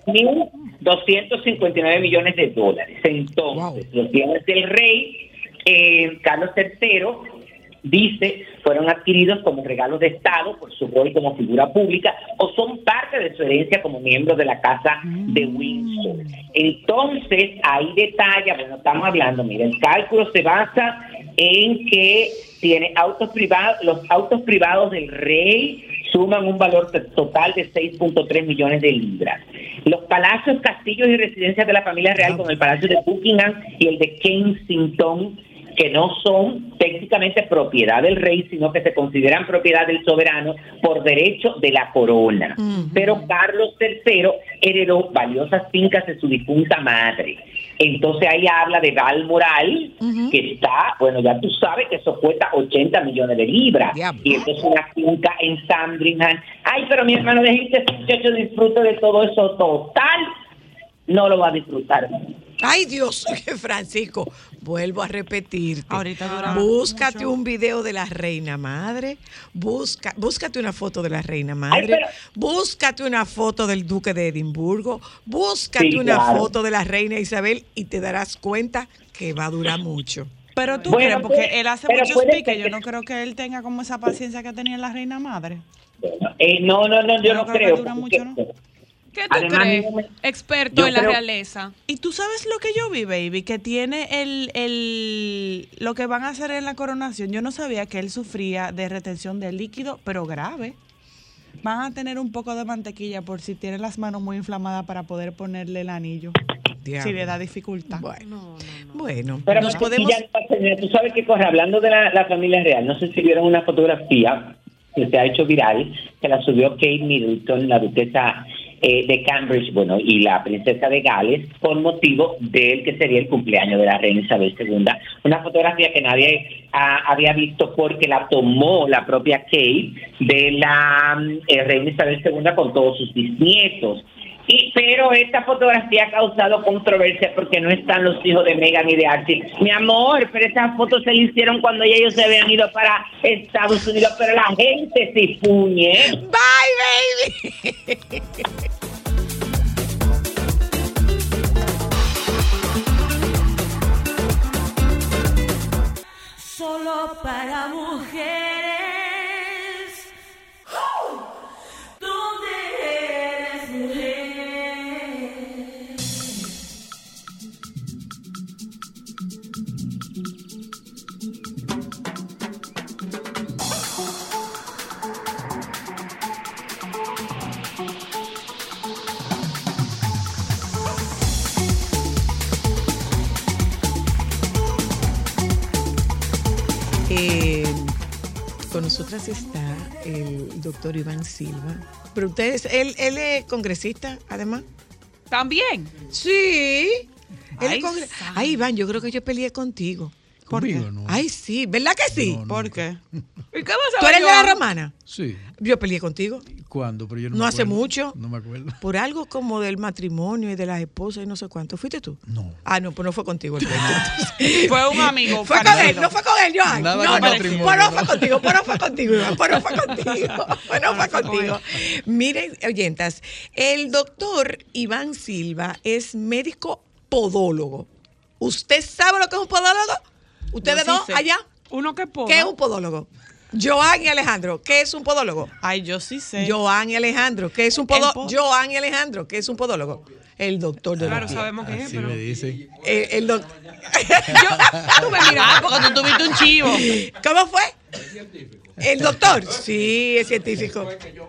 2.259 millones de dólares. Entonces, los bienes del rey Carlos III, dice, fueron adquiridos como regalos de Estado por su rol como figura pública o son parte de su herencia como miembro de la Casa de Windsor. Entonces, ahí detalla, bueno, estamos hablando, mira, el cálculo se basa en que tiene autos privados, los autos privados del rey suman un valor total de 6.3 millones de libras. Los palacios, castillos y residencias de la familia real, como el Palacio de Buckingham y el de Kensington, que no son técnicamente propiedad del rey, sino que se consideran propiedad del soberano por derecho de la corona. Pero Carlos III heredó valiosas fincas de su difunta madre. Entonces ahí habla de Balmoral, que está, bueno, ya tú sabes que eso cuesta 80 millones de libras. Y esto es una finca en Sandringham. Ay, pero mi hermano, deje que ese muchacho disfrute de todo eso. Total, no lo va a disfrutar. Ay, Dios, Francisco, vuelvo a repetirte. Ahorita dura Búscate mucho. un video de la reina madre, búscate una foto de la reina madre, Ay, pero- búscate una foto del duque de Edimburgo, búscate Sí, una claro. foto de la reina Isabel y te darás cuenta que va a durar mucho. Pero tú Bueno, crees, porque pues, él hace pero muchos puede piques, ser yo que- no creo que él tenga como esa paciencia que tenía la reina madre. Bueno, no, yo no que creo. dura porque- mucho, ¿no? ¿Qué tú Además, crees? no me- Experto yo en la creo- realeza. Y tú sabes lo que yo vi, baby, que tiene lo que van a hacer en la coronación. Yo no sabía que él sufría de retención de líquido, pero grave. Van a tener un poco de mantequilla por si tiene las manos muy inflamadas para poder ponerle el anillo. Si le da dificultad. Bueno, Pero nos aquí podemos... ya no pasa nada. Tú sabes que hablando de la familia real, no sé si vieron una fotografía que se ha hecho viral, que la subió Kate Middleton, la duquesa de Cambridge, bueno, y la princesa de Gales, por motivo del que sería el cumpleaños de la reina Isabel II. Una fotografía que nadie había visto porque la tomó la propia Kate de la reina Isabel II con todos sus bisnietos. Pero esta fotografía ha causado controversia porque no están los hijos de Meghan y de Archie. Mi amor, pero esas fotos se le hicieron cuando ellos se habían ido para Estados Unidos, pero la gente se puñe. Bye, baby. Solo para mujeres. ¿Dónde eres mujer? Con nosotras está el doctor Iván Silva. Pero ustedes, él es congresista, además. También. Sí. Él Ay, es santo. Ay, Iván, yo creo que yo peleé contigo. ¿Por qué? Conmigo, no. Ay, sí, ¿verdad que sí? No, ¿Por qué? ¿Y qué vas a ¿Tú ver, eres de la Joan? romana? Sí. Yo peleé contigo. ¿Cuándo? Pero yo no No me hace acuerdo. mucho. No me acuerdo. Por algo como del matrimonio y de las esposas y no sé cuánto. ¿Fuiste tú? No. Ah, no, pues no fue contigo el pleito, entonces. Fue un amigo. Fue con él, parecido. no fue con él, Joan. Nada no, con no, matrimonio, pues no ¿no? fue contigo, pues no fue contigo, Iván, pues no fue contigo, pues no fue contigo. Miren, oyentas, el doctor Iván Silva es médico podólogo. ¿Usted sabe lo que es un podólogo? Ustedes Yo sí dos sé. allá. Uno que poda. ¿Qué es un podólogo? Joan y Alejandro, ¿qué es un podólogo? Ay, yo sí sé. Joan y Alejandro, ¿qué es un podólogo? Joan y Alejandro, ¿qué es un podólogo? El doctor de Claro, los pies. sabemos que es, Así pero... me dicen. El doctor. Tú me miras. Ah, porque tú tuviste un chivo. ¿Cómo fue? El doctor. Sí, es científico.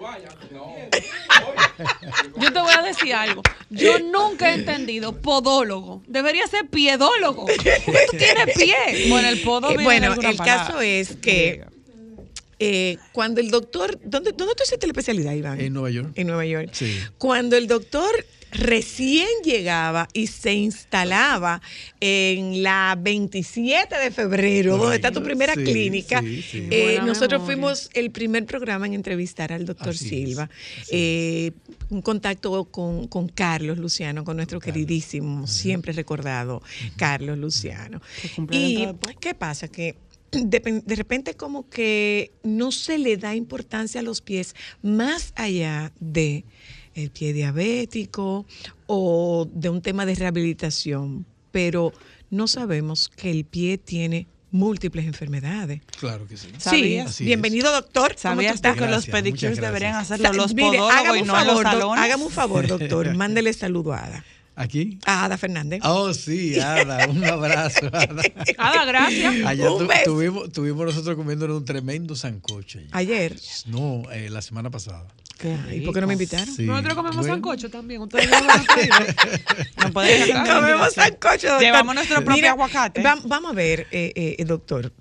Yo te voy a decir algo. Yo nunca he entendido podólogo. Debería ser piedólogo. Porque tú tienes pie. Bueno, el podo viene de Bueno, alguna el palabra. caso es que cuando el doctor, ¿dónde tú hiciste la especialidad, Iván? En Nueva York. En Nueva York. Sí. Cuando el doctor recién llegaba y se instalaba en la 27 de febrero, donde está tu primera Sí, clínica, sí, sí. Buena nosotros memoria. fuimos el primer programa en entrevistar al doctor Así es, Silva. así Un contacto con Carlos Luciano, con nuestro queridísimo, siempre recordado Carlos Luciano. cumplió Y dentro de poco. ¿qué pasa? Que de repente como que no se le da importancia a los pies más allá de el pie diabético o de un tema de rehabilitación, pero no sabemos que el pie tiene múltiples enfermedades. Claro que sí. ¿Sabías? Sí, Así bienvenido doctor. ¿Cómo tú ¿Sabías tú estás? que los Gracias, pedicures muchas deberían gracias. hacerlo los Mire, podólogos hágame y un no en los favor, salones? hágame un favor, doctor. Mándele saludo a Ada. ¿Aquí? A Ada Fernández. Oh, sí, Ada, un abrazo, Ada. Ada, gracias. Allá Un beso. tuvimos nosotros comiendo un tremendo sancocho. allí. Ayer. No, la semana pasada. ¿Y por qué no me invitaron? Sí. Nosotros comemos Bueno, sancocho también. Ustedes no lo han traído. No pueden ir a cantar. Comemos sancocho, doctor. Llevamos nuestro propio Mira, aguacate. Vamos a ver, doctor.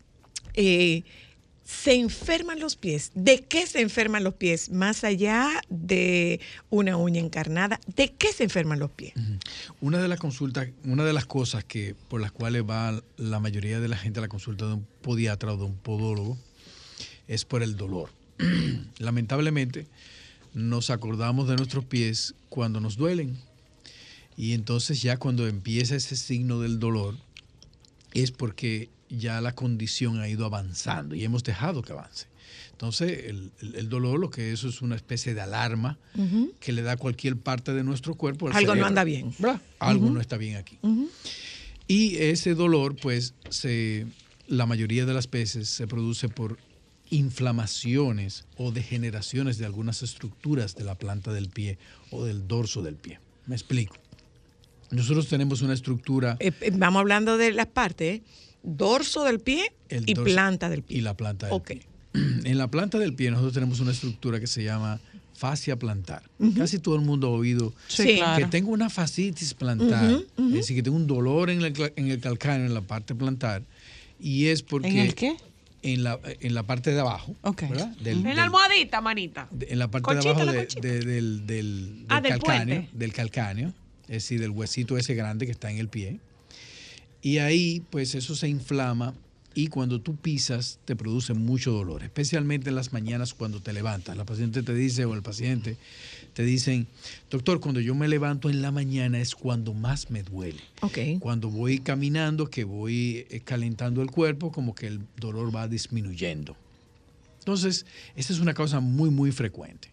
¿Se enferman los pies? ¿De qué se enferman los pies? Más allá de una uña encarnada, ¿de qué se enferman los pies? Una de las cosas por las cuales va la mayoría de la gente a la consulta de un podiatra o de un podólogo es por el dolor. Lamentablemente, nos acordamos de nuestros pies cuando nos duelen. Y entonces ya cuando empieza ese signo del dolor, es porque ya la condición ha ido avanzando y hemos dejado que avance. Entonces, el dolor, lo que eso es una especie de alarma que le da a cualquier parte de nuestro cuerpo. al Algo no cerebro. anda bien. ¿Verdad? Algo no está bien aquí. Y ese dolor, pues, la mayoría de las veces se produce por inflamaciones o degeneraciones de algunas estructuras de la planta del pie o del dorso del pie. Me explico. Nosotros tenemos una estructura... Vamos hablando de las partes, dorso del pie el y dorso planta del pie. Y la planta del Ok. pie. En la planta del pie nosotros tenemos una estructura que se llama fascia plantar. Casi todo el mundo ha oído Sí, claro. que tengo una fascitis plantar, es decir, que tengo un dolor en el calcáneo, en la parte plantar, y es porque... ¿En el qué? En la parte de abajo, Ok. ¿verdad? En la almohadita, manita. En la parte Conchita, de la abajo conchita. del Ah, del calcáneo, puente. del calcáneo, es decir, del huesito ese grande que está en el pie. Y ahí, pues eso se inflama y cuando tú pisas te produce mucho dolor, especialmente en las mañanas cuando te levantas. La paciente te dice, o el paciente te dicen, doctor, cuando yo me levanto en la mañana es cuando más me duele. Ok. Cuando voy caminando, que voy calentando el cuerpo, como que el dolor va disminuyendo. Entonces, esta es una causa muy, muy frecuente.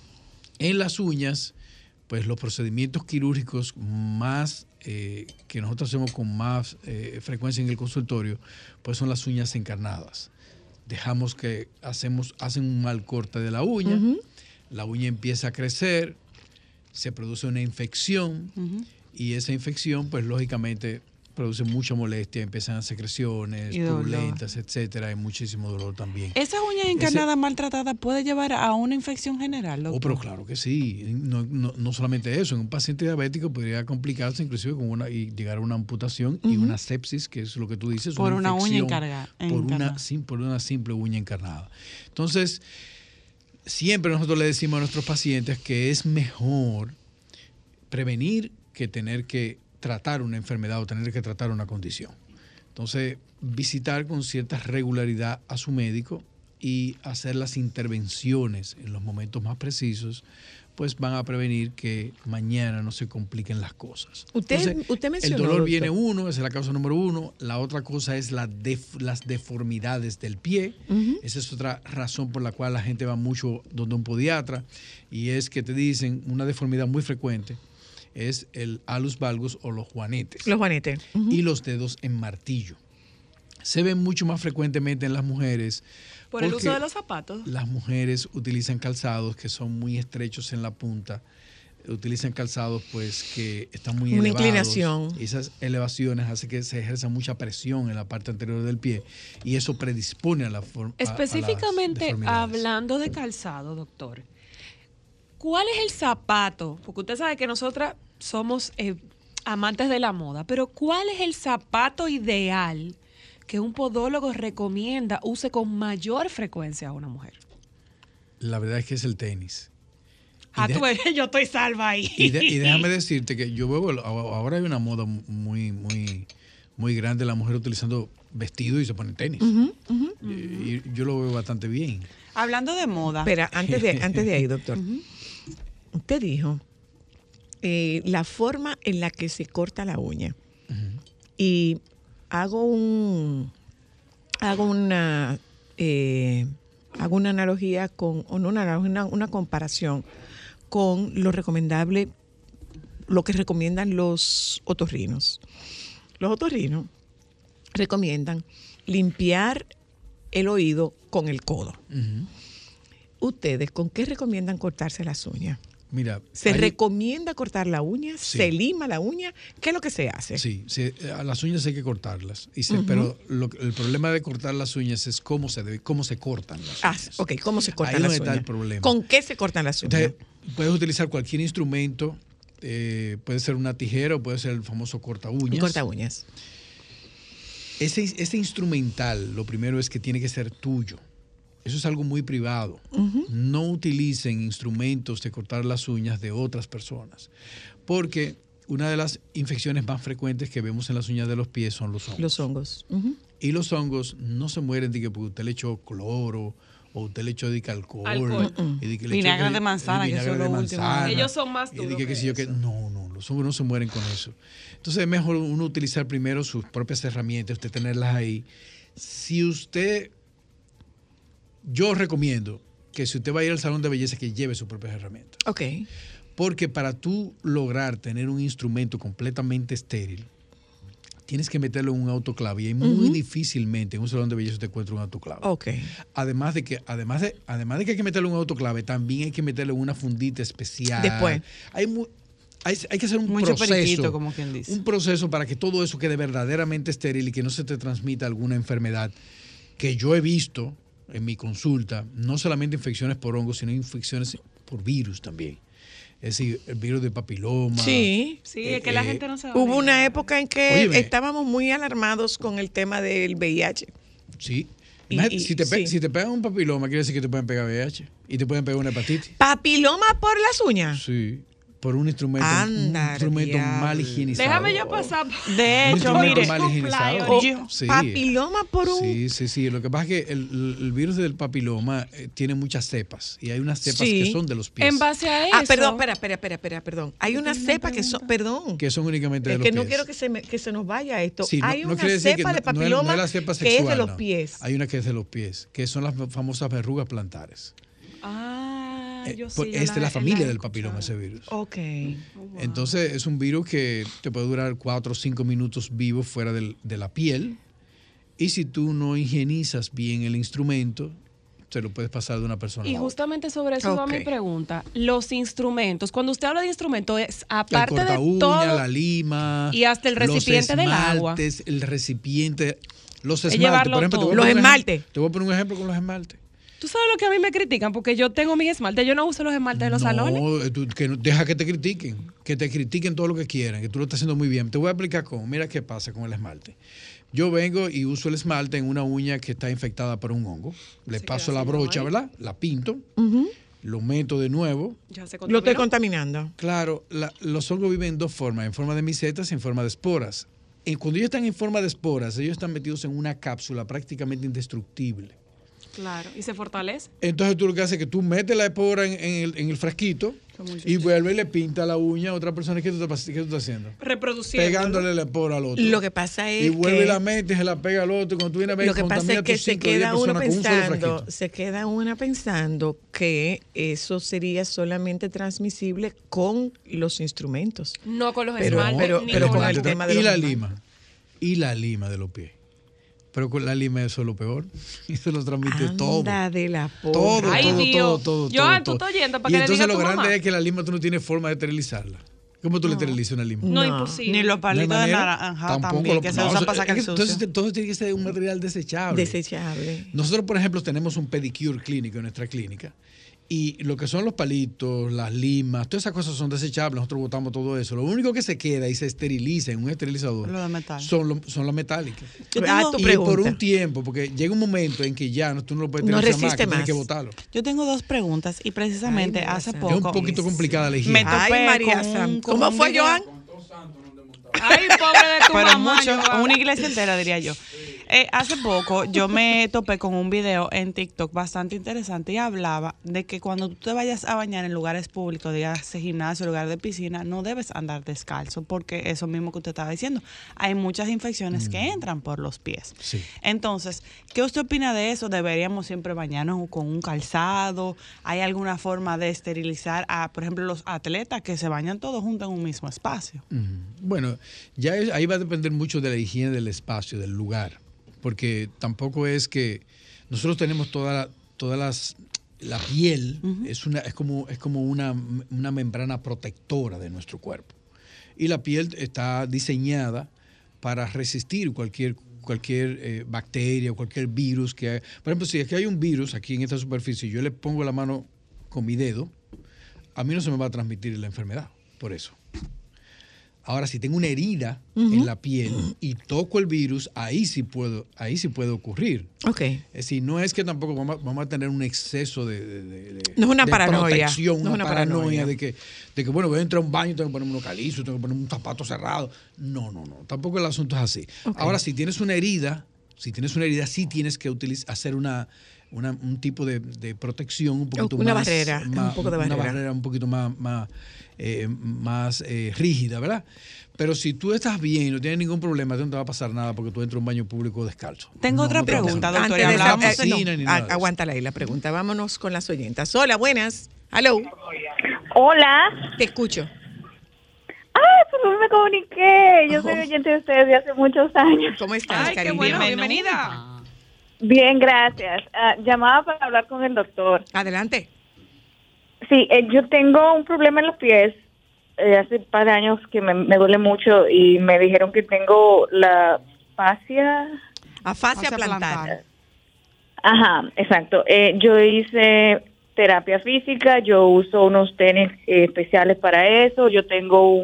En las uñas, pues los procedimientos quirúrgicos más que nosotros hacemos con más frecuencia en el consultorio, pues son las uñas encarnadas. Dejamos que hacen un mal corte de la uña, la uña empieza a crecer, se produce una infección y esa infección, pues lógicamente produce mucha molestia, empiezan secreciones, Y dolor. purulentas, etcétera, y muchísimo dolor también. ¿Esa uña encarnada maltratada puede llevar a una infección general, doctor? Oh, pero claro que sí. No solamente eso. En un paciente diabético podría complicarse inclusive y llegar a una amputación y una sepsis, que es lo que tú dices. Por una uña infección encarnada. Por una simple uña encarnada. Entonces, siempre nosotros le decimos a nuestros pacientes que es mejor prevenir que tener que tratar una enfermedad o tener que tratar una condición. Entonces, visitar con cierta regularidad a su médico y hacer las intervenciones en los momentos más precisos, pues van a prevenir que mañana no se compliquen las cosas. Usted mencionó, el dolor doctor. viene uno, esa es la causa número uno. La otra cosa es las deformidades del pie. Esa es otra razón por la cual la gente va mucho donde un podiatra, y es que te dicen una deformidad muy frecuente es el alus valgus o los juanetes. Los juanetes. Y los dedos en martillo. se ven mucho más frecuentemente en las mujeres. Por el porque uso de los zapatos. Las mujeres utilizan calzados que son muy estrechos en la punta, utilizan calzados pues que están muy Una elevados. inclinación. Y esas elevaciones hacen que se ejerza mucha presión en la parte anterior del pie y eso predispone a la forma. Específicamente hablando de calzado, doctor, ¿cuál es el zapato? Porque usted sabe que nosotras somos amantes de la moda, pero ¿cuál es el zapato ideal que un podólogo recomienda use con mayor frecuencia a una mujer? La verdad es que es el tenis. Tú ves, yo estoy salva ahí. Y déjame decirte que yo veo, ahora hay una moda muy grande, la mujer utilizando vestido y se pone tenis. Y yo lo veo bastante bien. Hablando de moda. Espera, antes de ahí, doctor. Usted dijo la forma en la que se corta la uña. Y hago una analogía una comparación con lo recomendable, lo que recomiendan los otorrinos. Los otorrinos recomiendan limpiar el oído con el codo. ¿Ustedes con qué recomiendan cortarse las uñas? Mira, ¿Se recomienda cortar la uña? Sí. ¿Se lima la uña? ¿Qué es lo que se hace? Sí, a las uñas hay que cortarlas. Pero el problema de cortar las uñas es cómo se cortan las uñas. Ok, ¿cómo se cortan las uñas? Ahí está el problema. ¿Con qué se cortan las uñas? Entonces, puedes utilizar cualquier instrumento, puede ser una tijera o puede ser el famoso corta uñas. Corta uñas. Ese instrumental, lo primero es que tiene que ser tuyo. Eso es algo muy privado. No utilicen instrumentos de cortar las uñas de otras personas, porque una de las infecciones más frecuentes que vemos en las uñas de los pies son los hongos. Los hongos. Y los hongos no se mueren de que porque usted le echó cloro o usted le echó alcohol. Y vinagre de manzana, que son los últimos. Ellos son más duros No, los hongos no se mueren con eso. Entonces es mejor uno utilizar primero sus propias herramientas, usted tenerlas ahí. Yo recomiendo que si usted va a ir al salón de belleza, que lleve sus propias herramientas. Ok. Porque para tú lograr tener un instrumento completamente estéril, tienes que meterlo en un autoclave y muy difícilmente en un salón de belleza te encuentra un autoclave. Ok. Además de que hay que meterlo en un autoclave, también hay que meterlo en una fundita especial. Después. Hay que hacer un proceso, como quien dice. un proceso para que todo eso quede verdaderamente estéril y que no se te transmita alguna enfermedad que yo he visto en mi consulta, no solamente infecciones por hongos, sino infecciones por virus también. Es decir, el virus de papiloma. Sí. Es que la gente no sabe. Hubo una época en que estábamos muy alarmados con el tema del VIH. Sí. Si te pegan un papiloma, quiere decir que te pueden pegar VIH y te pueden pegar una hepatitis. ¿Papiloma por las uñas? Sí. Por un instrumento mal higienizado. Déjame yo pasar. De hecho, mire, mal higienizado. Sí. Papiloma por un... Sí. Lo que pasa es que el virus del papiloma tiene muchas cepas y hay unas cepas que son de los pies. En base a eso. Perdón. Hay unas cepas que son, que son únicamente de los pies. Es que no quiero que se nos vaya esto. Sí, hay no una quiere decir cepa que de papiloma no es la cepa sexual, que es de los pies. Hay una que es de los pies, que son las famosas verrugas plantares. Es de la familia del papiloma ese virus. Ok. Entonces es un virus que te puede durar 4 o 5 minutos vivo fuera de la piel y si tú no higienizas bien el instrumento, se lo puedes pasar de una persona a la otra. Y justamente sobre eso va mi pregunta. Los instrumentos, cuando usted habla de instrumentos, es aparte el corta de todo, la lima y hasta el recipiente del agua. El recipiente, los Es esmaltes. Por ejemplo, los esmaltes. Te voy a poner un ejemplo con los esmaltes. ¿Tú sabes lo que a mí me critican? Porque yo tengo mis esmaltes. Yo no uso los esmaltes de los salones. Deja que te critiquen. Que te critiquen todo lo que quieran. Que tú lo estás haciendo muy bien. Te voy a explicar cómo. Mira qué pasa con el esmalte. Yo vengo y uso el esmalte en una uña que está infectada por un hongo. Le paso la brocha, ¿verdad? La pinto. Lo meto de nuevo. Lo estoy contaminando. Claro, los hongos viven en dos formas. En forma de micetas y en forma de esporas. Cuando ellos están en forma de esporas, ellos están metidos en una cápsula prácticamente indestructible. Claro, y se fortalece. Entonces tú lo que haces es que tú metes la espora en el frasquito y vuelve y le pinta la uña a otra persona. ¿Qué tú estás haciendo? Reproduciendo. Pegándole la espora al otro. Lo que pasa es y vuelve y la mete y se la pega al otro. Cuando tú vienes a ver, lo que pasa es que se queda uno pensando que eso sería solamente transmisible con los instrumentos. No con los esmaltes. Pero con el tema de la lima de los pies. Pero con la lima eso es lo peor. Y se los transmite todo. Anda de la Todo, porra. Ay, todo, Dios. todo. Joan, todo. tú estás yendo para Y que le entonces diga a lo tu grande mamá. es que la lima tú no tienes forma de esterilizarla. ¿Cómo tú le esterilizas una lima? No, imposible. Ni los palitos ¿No hay de manera? naranja Tampoco también, lo- que se no, usan para sacar es el que sucio. entonces todo tiene que ser un material desechable. Desechable. Nosotros, por ejemplo, tenemos un pedicure clínico en nuestra clínica y lo que son los palitos, las limas, todas esas cosas son desechables, nosotros botamos todo eso. Lo único que se queda y se esteriliza en un esterilizador Lo de metal. son las metálicas. Yo tengo- tu Y pregunta. por un tiempo, porque llega un momento en que ya tú no lo puedes No esterilizar más, resiste que tienes más. que botarlo. Yo tengo 2 preguntas y precisamente Ay, María hace Santa. Es poco un poquito complicada la higiene. me topé Ay, María con Sam. un- con ¿Cómo un fue, video- Joan? Ay, pobre de tu Pero mamá. mucho, Joan. una iglesia entera diría yo. Hace poco yo me topé con un video en TikTok bastante interesante y hablaba de que cuando tú te vayas a bañar en lugares públicos, digas gimnasio, lugar de piscina, no debes andar descalzo porque eso mismo que usted estaba diciendo, hay muchas infecciones que entran por los pies. Sí. Entonces, ¿qué usted opina de eso? ¿Deberíamos siempre bañarnos con un calzado? ¿Hay alguna forma de esterilizar a, por ejemplo, los atletas que se bañan todos juntos en un mismo espacio? Bueno, ahí va a depender mucho de la higiene del espacio, del lugar, porque tampoco es que nosotros tenemos la piel es como una membrana protectora de nuestro cuerpo y la piel está diseñada para resistir cualquier bacteria o cualquier virus que hay. Por ejemplo, si aquí hay un virus aquí en esta superficie y yo le pongo la mano con mi dedo, a mí no se me va a transmitir la enfermedad por eso. Ahora, si tengo una herida en la piel y toco el virus, ahí sí puede ocurrir. Ok. Es decir, no es que tampoco vamos a tener un exceso de No es una de paranoia. protección, No es una paranoia. de que, bueno, voy a entrar a un baño, tengo que ponerme unos calizos, tengo que ponerme un zapato cerrado. No. Tampoco el asunto es así. Ok. Ahora, si tienes una herida, sí tienes que hacer un tipo de protección un poquito Una más. barrera, un poco de Una barrera. barrera un poquito más rígida, ¿verdad? Pero si tú estás bien y no tienes ningún problema, no te va a pasar nada porque tú entras a un baño público descalzo. Tengo otra no te va a pasar pregunta, nada. doctora. Antes de esa- Hablamos de- piscina ni nada de eso. aguántala ahí la pregunta. Vámonos con las oyentas. Hola, buenas. Hello. Hola. Te escucho. Por favor, me comuniqué. Yo soy oyente de ustedes de hace muchos años. ¿Cómo estás, Ay, qué cariño? bueno, Bienvenida. bienvenida. Bien, gracias. Llamaba para hablar con el doctor. Adelante. Sí, yo tengo un problema en los pies. Hace un par de años que me duele mucho y me dijeron que tengo la fascia. Afasia Fascia plantar. plantar. Ajá, exacto. Yo hice terapia física, yo uso unos tenis especiales para eso. Yo tengo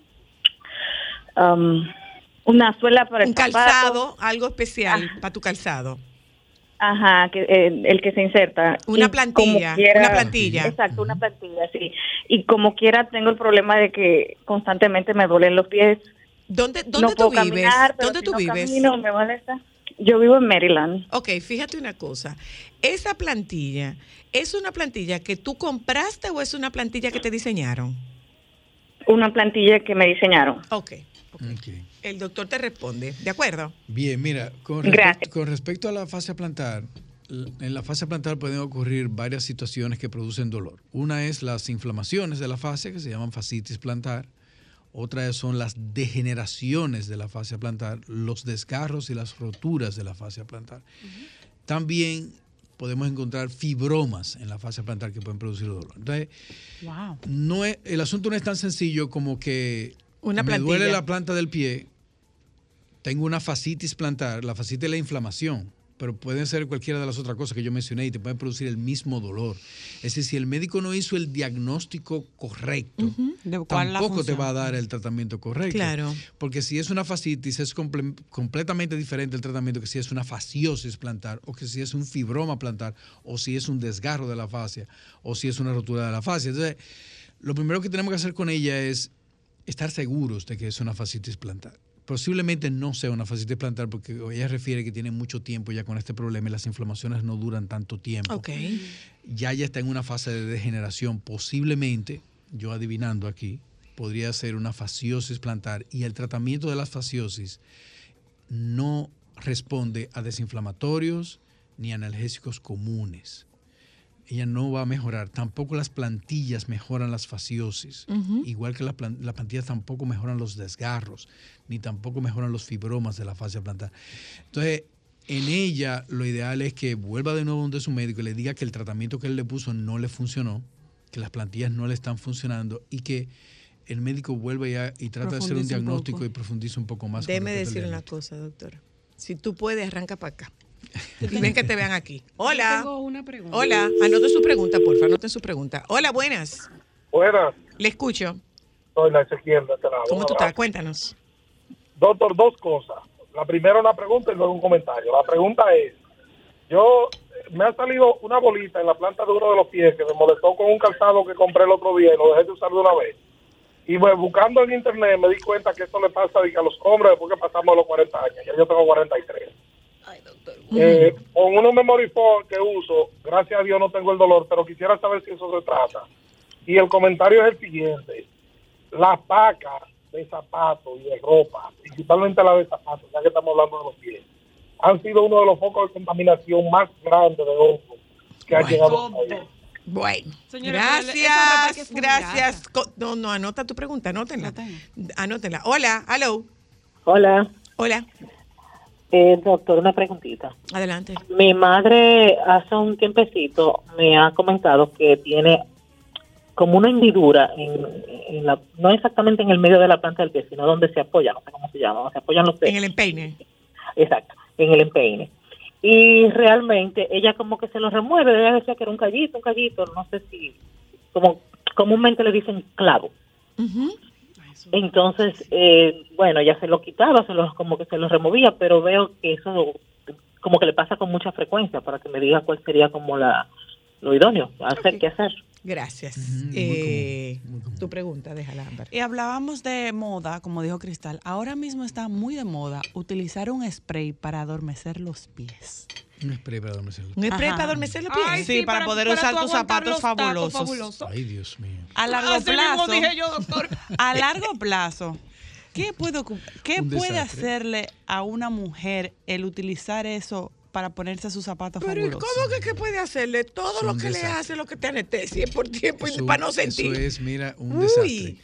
una suela para el Un zapato. calzado, algo especial para tu calzado. Ajá, que el que se inserta. Una Y plantilla, como quiera- una plantilla. Exacto, una plantilla, sí. Y como quiera tengo el problema de que constantemente me duelen los pies. ¿Dónde No tú puedo vives? caminar, pero ¿Dónde si tú no vives? camino, me molesta. Yo vivo en Maryland. Ok, fíjate una cosa. ¿Esa plantilla es una plantilla que tú compraste o es una plantilla que te diseñaron? Una plantilla que me diseñaron. Ok. Ok. El doctor te responde. ¿De acuerdo? Bien, mira, Gracias. con respecto a la fascia plantar, en la fascia plantar pueden ocurrir varias situaciones que producen dolor. Una es las inflamaciones de la fascia, que se llaman fascitis plantar. Otra son las degeneraciones de la fascia plantar, los desgarros y las roturas de la fascia plantar. También podemos encontrar fibromas en la fascia plantar que pueden producir dolor. Entonces, Wow. el asunto no es tan sencillo como que Una me plantilla. duele la planta del pie, tengo una fascitis plantar, la fascitis es la inflamación, pero pueden ser cualquiera de las otras cosas que yo mencioné y te pueden producir el mismo dolor. Es decir, si el médico no hizo el diagnóstico correcto, ¿De cuál la tampoco te función? va a dar el tratamiento correcto. Claro. Porque si es una fascitis es completamente diferente el tratamiento que si es una fasciosis plantar o que si es un fibroma plantar o si es un desgarro de la fascia o si es una rotura de la fascia. Entonces, lo primero que tenemos que hacer con ella es estar seguros de que es una fascitis plantar. Posiblemente no sea una fascitis plantar porque ella refiere que tiene mucho tiempo ya con este problema y las inflamaciones no duran tanto tiempo. Ok. Ya está en una fase de degeneración. Posiblemente, yo adivinando aquí, podría ser una fasciosis plantar y el tratamiento de las fasciosis no responde a desinflamatorios ni analgésicos comunes. Ella no va a mejorar. Tampoco las plantillas mejoran las fasciosis. Igual que las plantillas tampoco mejoran los desgarros, ni tampoco mejoran los fibromas de la fascia plantar. Entonces, En ella, lo ideal es que vuelva de nuevo donde su médico y le diga que el tratamiento que él le puso no le funcionó, que las plantillas no le están funcionando y que el médico vuelva y trata de hacer un diagnóstico y profundice un poco más. Déjeme decirle una cosa, doctora. Si tú puedes, arranca para acá. Y ven que te vean aquí. Hola. Yo tengo una pregunta. Hola. Anoten su pregunta, porfa. Anoten su pregunta. Hola, buenas. Buenas. Le escucho. Soy la Ezequiel de este lado. ¿Cómo tú estás? Cuéntanos. Doctor, dos cosas. La primera una pregunta y luego un comentario. La pregunta es, me ha salido una bolita en la planta de uno de los pies que me molestó con un calzado que compré el otro día y lo dejé de usar de una vez. Y pues, buscando en internet me di cuenta que esto le pasa a los hombres después que pasamos los 40 años. Ya yo tengo 43. Ay, doctor. Con unos memory foam que uso, gracias a Dios no tengo el dolor, pero quisiera saber si eso se trata. Y el comentario es el siguiente. Las pacas de zapatos y de ropa, principalmente la de zapatos, ya que estamos hablando de los pies, han sido uno de los focos de contaminación más grandes de hongos que ha llegado al país. Bueno, señora, gracias. No, anota tu pregunta, anótenla. Hola, hello. Hola. Hola. Doctor, una preguntita. Adelante. Mi madre hace un tiempecito me ha comentado que tiene como una hendidura no exactamente en el medio de la planta del pie, sino donde se apoya, no sé cómo se llama, donde se apoyan los pies. En el empeine. Exacto, en el empeine. Y realmente ella como que se lo remueve, ella decía que era un callito, no sé si, como comúnmente le dicen clavo. Uh-huh. Entonces, bueno, ella se lo quitaba, como que se lo removía, pero veo que eso como que le pasa con mucha frecuencia, para que me diga cuál sería como lo idóneo, qué hacer. Gracias. Muy común. Tu pregunta, déjala, Ámbar. Y hablábamos de moda, como dijo Cristal. Ahora mismo está muy de moda utilizar un spray para adormecer los pies. Un spray para adormecer los ¿Un pies. spray para adormecer los pies? Ay, sí, para poder usar tus zapatos fabulosos. fabulosos. Ay, Dios mío. A largo Así plazo. mismo dije yo, doctor. A largo plazo, ¿qué puede Un puede desastre. hacerle a una mujer el utilizar eso para ponerse sus zapatos Pero fabulosos? ¿cómo que puede hacerle? Todo Es lo un que le desastre. hace, lo que te anestesia por tiempo y Eso- para no sentir. Eso es, mira, un Uy. desastre.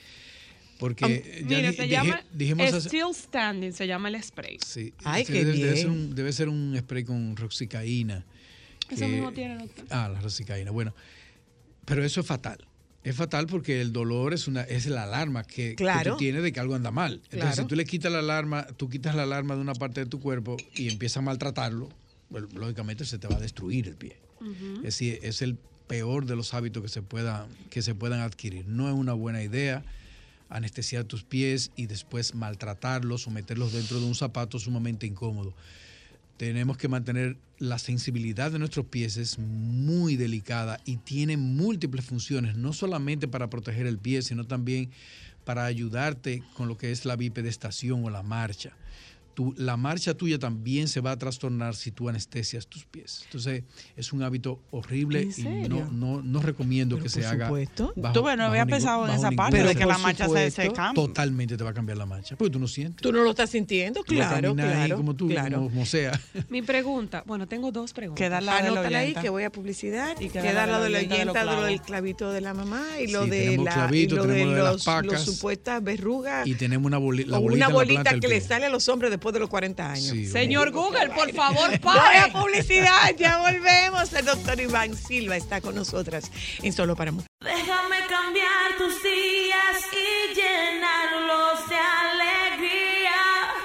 Porque ya Mire, se llama dijimos hace- Still Standing, se llama el spray. Sí, Ay, sí, qué debe ser un spray con roxicaína. Eso mismo tiene, doctor. La roxicaína. Bueno, pero eso es fatal. Es fatal porque el dolor es la alarma que Claro. tú tienes de que algo anda mal. Entonces, Claro. si tú le quitas la alarma, tú quitas la alarma de una parte de tu cuerpo y empiezas a maltratarlo, pues, lógicamente se te va a destruir el pie. Es decir, es el peor de los hábitos que se puedan adquirir. No es una buena idea anestesiar tus pies y después maltratarlos o meterlos dentro de un zapato sumamente incómodo. Tenemos que mantener la sensibilidad de nuestros pies, es muy delicada y tiene múltiples funciones, no solamente para proteger el pie, sino también para ayudarte con lo que es la bipedestación o la marcha. La marcha tuya también se va a trastornar si tú anestesias tus pies. Entonces, es un hábito horrible ¿En y serio? no recomiendo Pero que se por haga. supuesto. Tú, bueno, había pensado en esa parte Pero de que por la marcha se supuesto. cambia. Totalmente te va a cambiar la marcha, porque tú no sientes. Tú no lo estás sintiendo, Tú vas a claro, caminar ahí claro. como tú, claro. como sea. Mi pregunta, bueno, tengo dos preguntas. Queda la del Anótala ahí oyente. que voy a publicidad. Y Y queda queda la lo de la oyente de los oyenta, lo clavos. del clavito de la mamá y lo Sí, de tenemos clavito, y lo de tenemos lo de las los pacas. supuestas verrugas. Y tenemos una o bolita una bolita que le sale a los hombres después de los 40 años. Sí, Señor Google, por favor, Voy pare. a publicidad, ya volvemos. El doctor Iván Silva está con nosotras en Solo para Mujeres. Déjame cambiar tus días y llenarlos de alegría.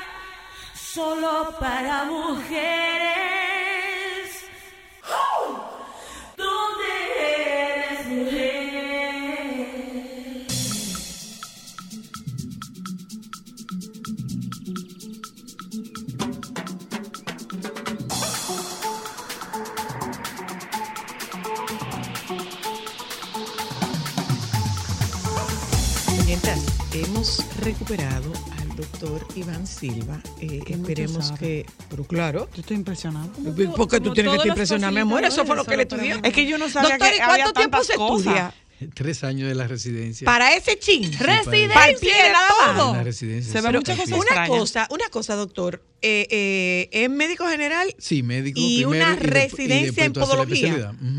Solo para mujeres. ¿Dónde eres mujer? Oyentas, hemos recuperado al doctor Iván Silva. Esperemos sabe. que. Pero claro. Yo estoy impresionado. ¿Por qué tú como tienes que todas estar las impresionada, mi amor? Eso fue lo que le facilitadores, estudió. Es que yo no sabía Doctor, que ¿y había cuánto tiempo tantas se estudia? 3 años de la residencia. Para ese chin. para Para el pie nada más. todo. En la residencia. Se ve sí, muchas para el cosas pie. extrañas. Una cosa, doctor. ¿Es médico general? Sí, médico Y primero una residencia después en tú haces la podología. especialidad. Ujú.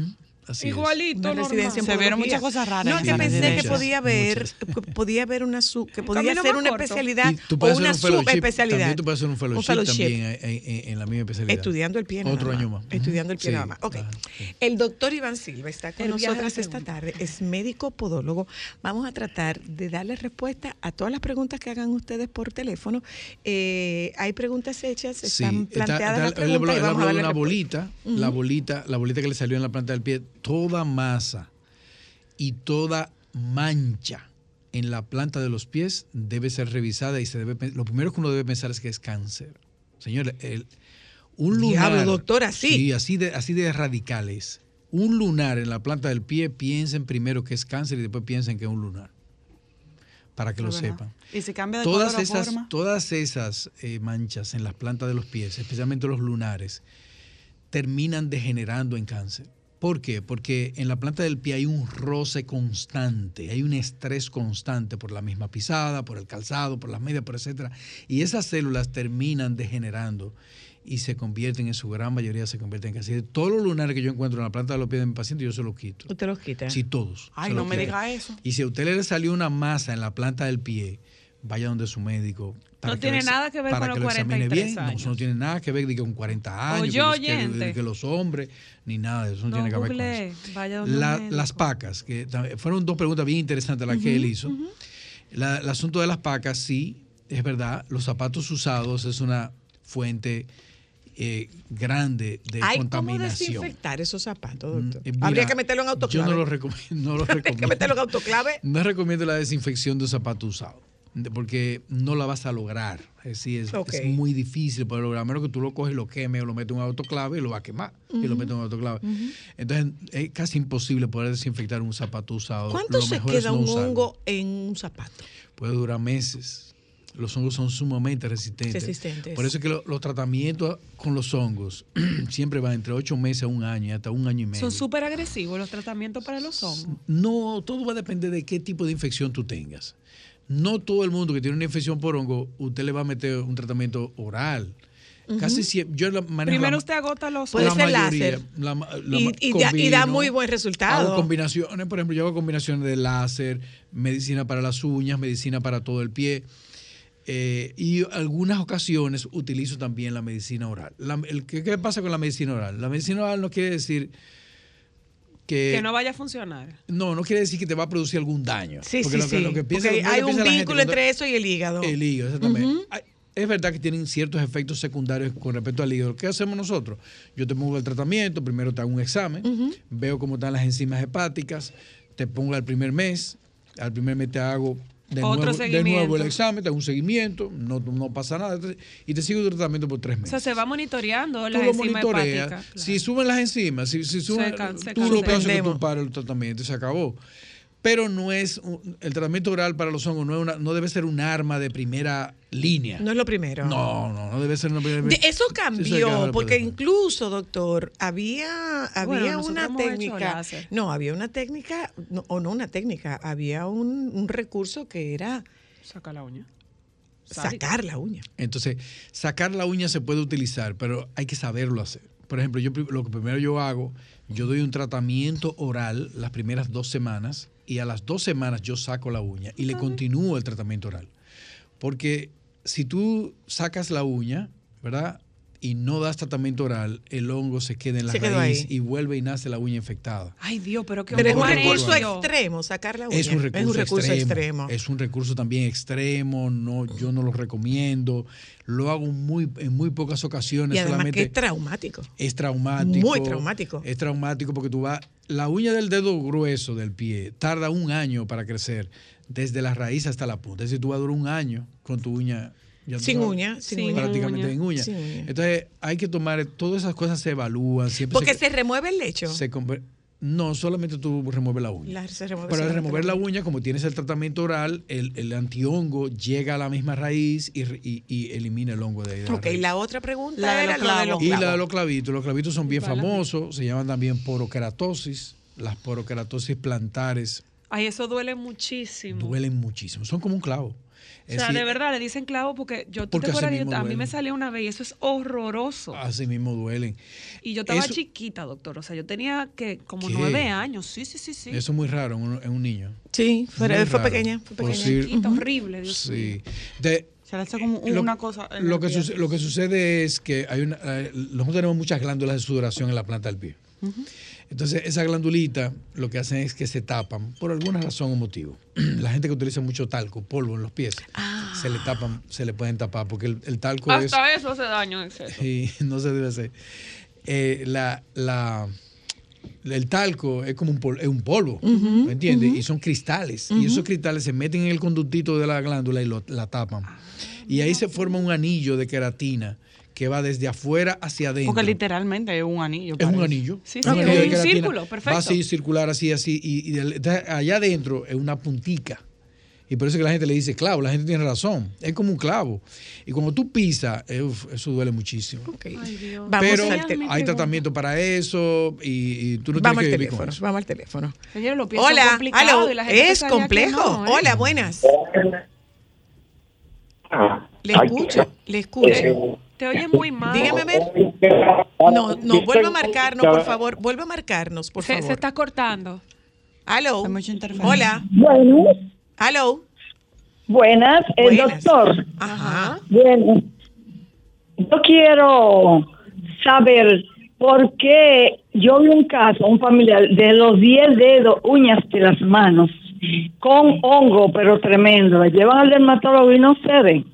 Así Igualito, Una normal. residencia en Se vieron podología. muchas cosas raras No, en que esa pensé que residencia. podía haber, Muchas. que podía haber que podía camino ser más una corto. especialidad Y tú o puedes hacer una un fellowship, subespecialidad. también tú puedes hacer un fellowship, también en la misma especialidad. Estudiando el pie nada Otro más. año más. Estudiando el pie Sí. nada más. Ok. Ajá, sí. El doctor Iván Silva está con El viaje nosotras de esta preguntas. tarde. Es médico podólogo. Vamos a tratar de darle respuesta a todas las preguntas que hagan ustedes por teléfono. Hay preguntas hechas, Sí, están planteadas las él preguntas y vamos a habló de darle una respuesta. bolita, la bolita que le salió en la planta del pie, toda masa y toda mancha en la planta de los pies debe ser revisada y lo primero que uno debe pensar es que es cáncer. Señores, un lunar. Diablo, doctor, así. Sí, así de radicales. Un lunar en la planta del pie, piensen primero que es cáncer y después piensen que es un lunar. Para que lo Es verdad. sepan. Y se cambia de Todas color o esas, forma. todas esas manchas en las plantas de los pies, especialmente los lunares, terminan degenerando en cáncer. ¿Por qué? Porque en la planta del pie hay un roce constante, hay un estrés constante por la misma pisada, por el calzado, por las medias, por etcétera. Y esas células terminan degenerando y se convierten, en su gran mayoría, se convierten en cáncer. Todos los lunares que yo encuentro en la planta de los pies de mi paciente, yo se los quito. ¿Usted los quita? Sí, todos. Ay, se no los me quito. diga eso. Y si a usted le salió una masa en la planta del pie, vaya donde su médico. No tiene nada que ver para con que los lo examine 43 bien. No, años. eso no tiene nada que ver con 40 años, yo, que oyente. los hombres, ni nada de eso. No, tiene que ver con googleé, eso. vaya donde un médico. Las pacas, que fueron dos preguntas bien interesantes las que él hizo. El asunto de las pacas, sí, es verdad. Los zapatos usados es una fuente grande de ¿Hay cómo contaminación. desinfectar esos zapatos, doctor? Mira, Habría que meterlo en autoclave. Yo no lo recomiendo. Habría que meterlo en autoclave. No recomiendo la desinfección de zapatos usados, porque no la vas a lograr. Es decir, es muy difícil poder lograr, a menos que tú lo coges, lo quemes o lo metes en un autoclave y lo va a quemar. Y lo metes en un autoclave. Entonces, es casi imposible poder desinfectar un zapato usado. ¿Cuánto Lo se mejor queda es no un usarlo. hongo en un zapato? Puede durar meses. Los hongos son sumamente resistentes. Por eso es que los tratamientos con los hongos siempre van entre 8 meses a un año, hasta un año y medio. Son súper agresivos los tratamientos para los hongos. No, todo va a depender de qué tipo de infección tú tengas. No todo el mundo que tiene una infección por hongo, usted le va a meter un tratamiento oral. Casi siempre. Yo manejo Primero usted agota los Puede hongos. ser láser. Y da muy buen resultado. Hago combinaciones, por ejemplo, yo hago combinaciones de láser, medicina para las uñas, medicina para todo el pie. Y algunas ocasiones utilizo también la medicina oral. ¿Qué pasa con la medicina oral? La medicina oral no quiere decir que no vaya a funcionar. No quiere decir que te va a producir algún daño. Sí, porque Porque hay un vínculo entre eso y el hígado. El hígado, exactamente. Es verdad que tienen ciertos efectos secundarios con respecto al hígado. ¿Qué hacemos nosotros? Yo te pongo el tratamiento, primero te hago un examen, veo cómo están las enzimas hepáticas, te pongo al primer mes te hago de nuevo el examen, te hago un seguimiento, no pasa nada, y te sigo el tratamiento por 3 meses. O sea, se va monitoreando Tú las lo enzimas monitoreas. hepáticas. Claro. Si suben las enzimas, si suben, tú lo que haces es que tú paras el tratamiento y se acabó. Pero no es el tratamiento oral para los hongos no debe ser un arma de primera línea. No es lo primero. No debe ser una primera línea. Eso cambió, porque incluso, doctor, había una técnica. No, había una técnica, había un recurso que era sacar la uña. Sacar la uña. Entonces, sacar la uña se puede utilizar, pero hay que saberlo hacer. Por ejemplo, lo que primero yo hago, yo doy un tratamiento oral las primeras 2 semanas y a las 2 semanas yo saco la uña y le continúo el tratamiento oral. Porque si tú sacas la uña, ¿verdad? Y no das tratamiento oral, el hongo se queda en la raíz y vuelve y nace la uña infectada. Ay, Dios, pero qué es un recurso extremo sacar la uña. Es un recurso extremo. Es un recurso también extremo, yo no lo recomiendo. Lo hago en muy pocas ocasiones. Y además solamente que es traumático. Es traumático. Muy traumático. Es traumático porque la uña del dedo grueso del pie tarda 1 año para crecer, desde la raíz hasta la punta. Es decir, tú vas a durar 1 año con tu uña. Sin uña. Prácticamente en uña. Entonces, hay que tomar, todas esas cosas se evalúan. Porque se remueve el lecho. No, solamente tú remueves la uña. Pero al remover la uña, como tienes el tratamiento oral, el antihongo llega a la misma raíz y elimina el hongo de ahí. Ok, la otra pregunta era la de los clavos. Y la de los clavitos. Los clavitos son bien famosos, se llaman también porokeratosis. Las porokeratosis plantares Ay, eso duele muchísimo. Duelen muchísimo. Son como un clavo. O sea, de verdad, le dicen clavo porque ¿tú te acuerdas? A mí me salió una vez y eso es horroroso. Así mismo duelen. Y yo estaba chiquita, doctor. O sea, yo tenía como 9 años. Sí. Eso es muy raro en un niño. Sí, fue pequeña. Chiquita, horrible, Dios mío. Se le hace como una cosa. Lo que sucede es que nosotros tenemos muchas glándulas de sudoración en la planta del pie. Entonces, esa glandulita lo que hacen es que se tapan por alguna razón o motivo. La gente que utiliza mucho talco, polvo en los pies, se le pueden tapar porque el talco hasta eso hace daño en exceso. Y no se debe hacer. El talco es como un polvo, ¿me entiendes? Y son cristales. Y esos cristales se meten en el conductito de la glándula y la tapan. Y ahí se forma un anillo de queratina que va desde afuera hacia adentro. Porque literalmente es un anillo. Es un anillo. Sí, es un círculo, perfecto. Va así, circular, así. Y allá adentro es una puntica. Y por eso que la gente le dice clavo. La gente tiene razón. Es como un clavo. Y cuando tú pisas, eso duele muchísimo. Okay. Ay, Dios. Pero hay tratamiento para eso y tú no tienes que vivir con eso. Vamos al teléfono. Señores, lo hola, complicado. Y la gente es complejo. No, ¿eh? Hola, buenas. Le escucho. Te oye muy mal. Dígame a ver. No, vuelve a marcarnos, por favor. Vuelve a marcarnos, por favor. Se está cortando. Aló. Hay mucha interferencia. Hola. Bueno. Aló. Buenas, el doctor. Ajá. Bueno, yo quiero saber por qué yo vi un caso, un familiar de los 10 dedos, uñas de las manos, con hongo, pero tremendo. La llevan al dermatólogo y no ceden.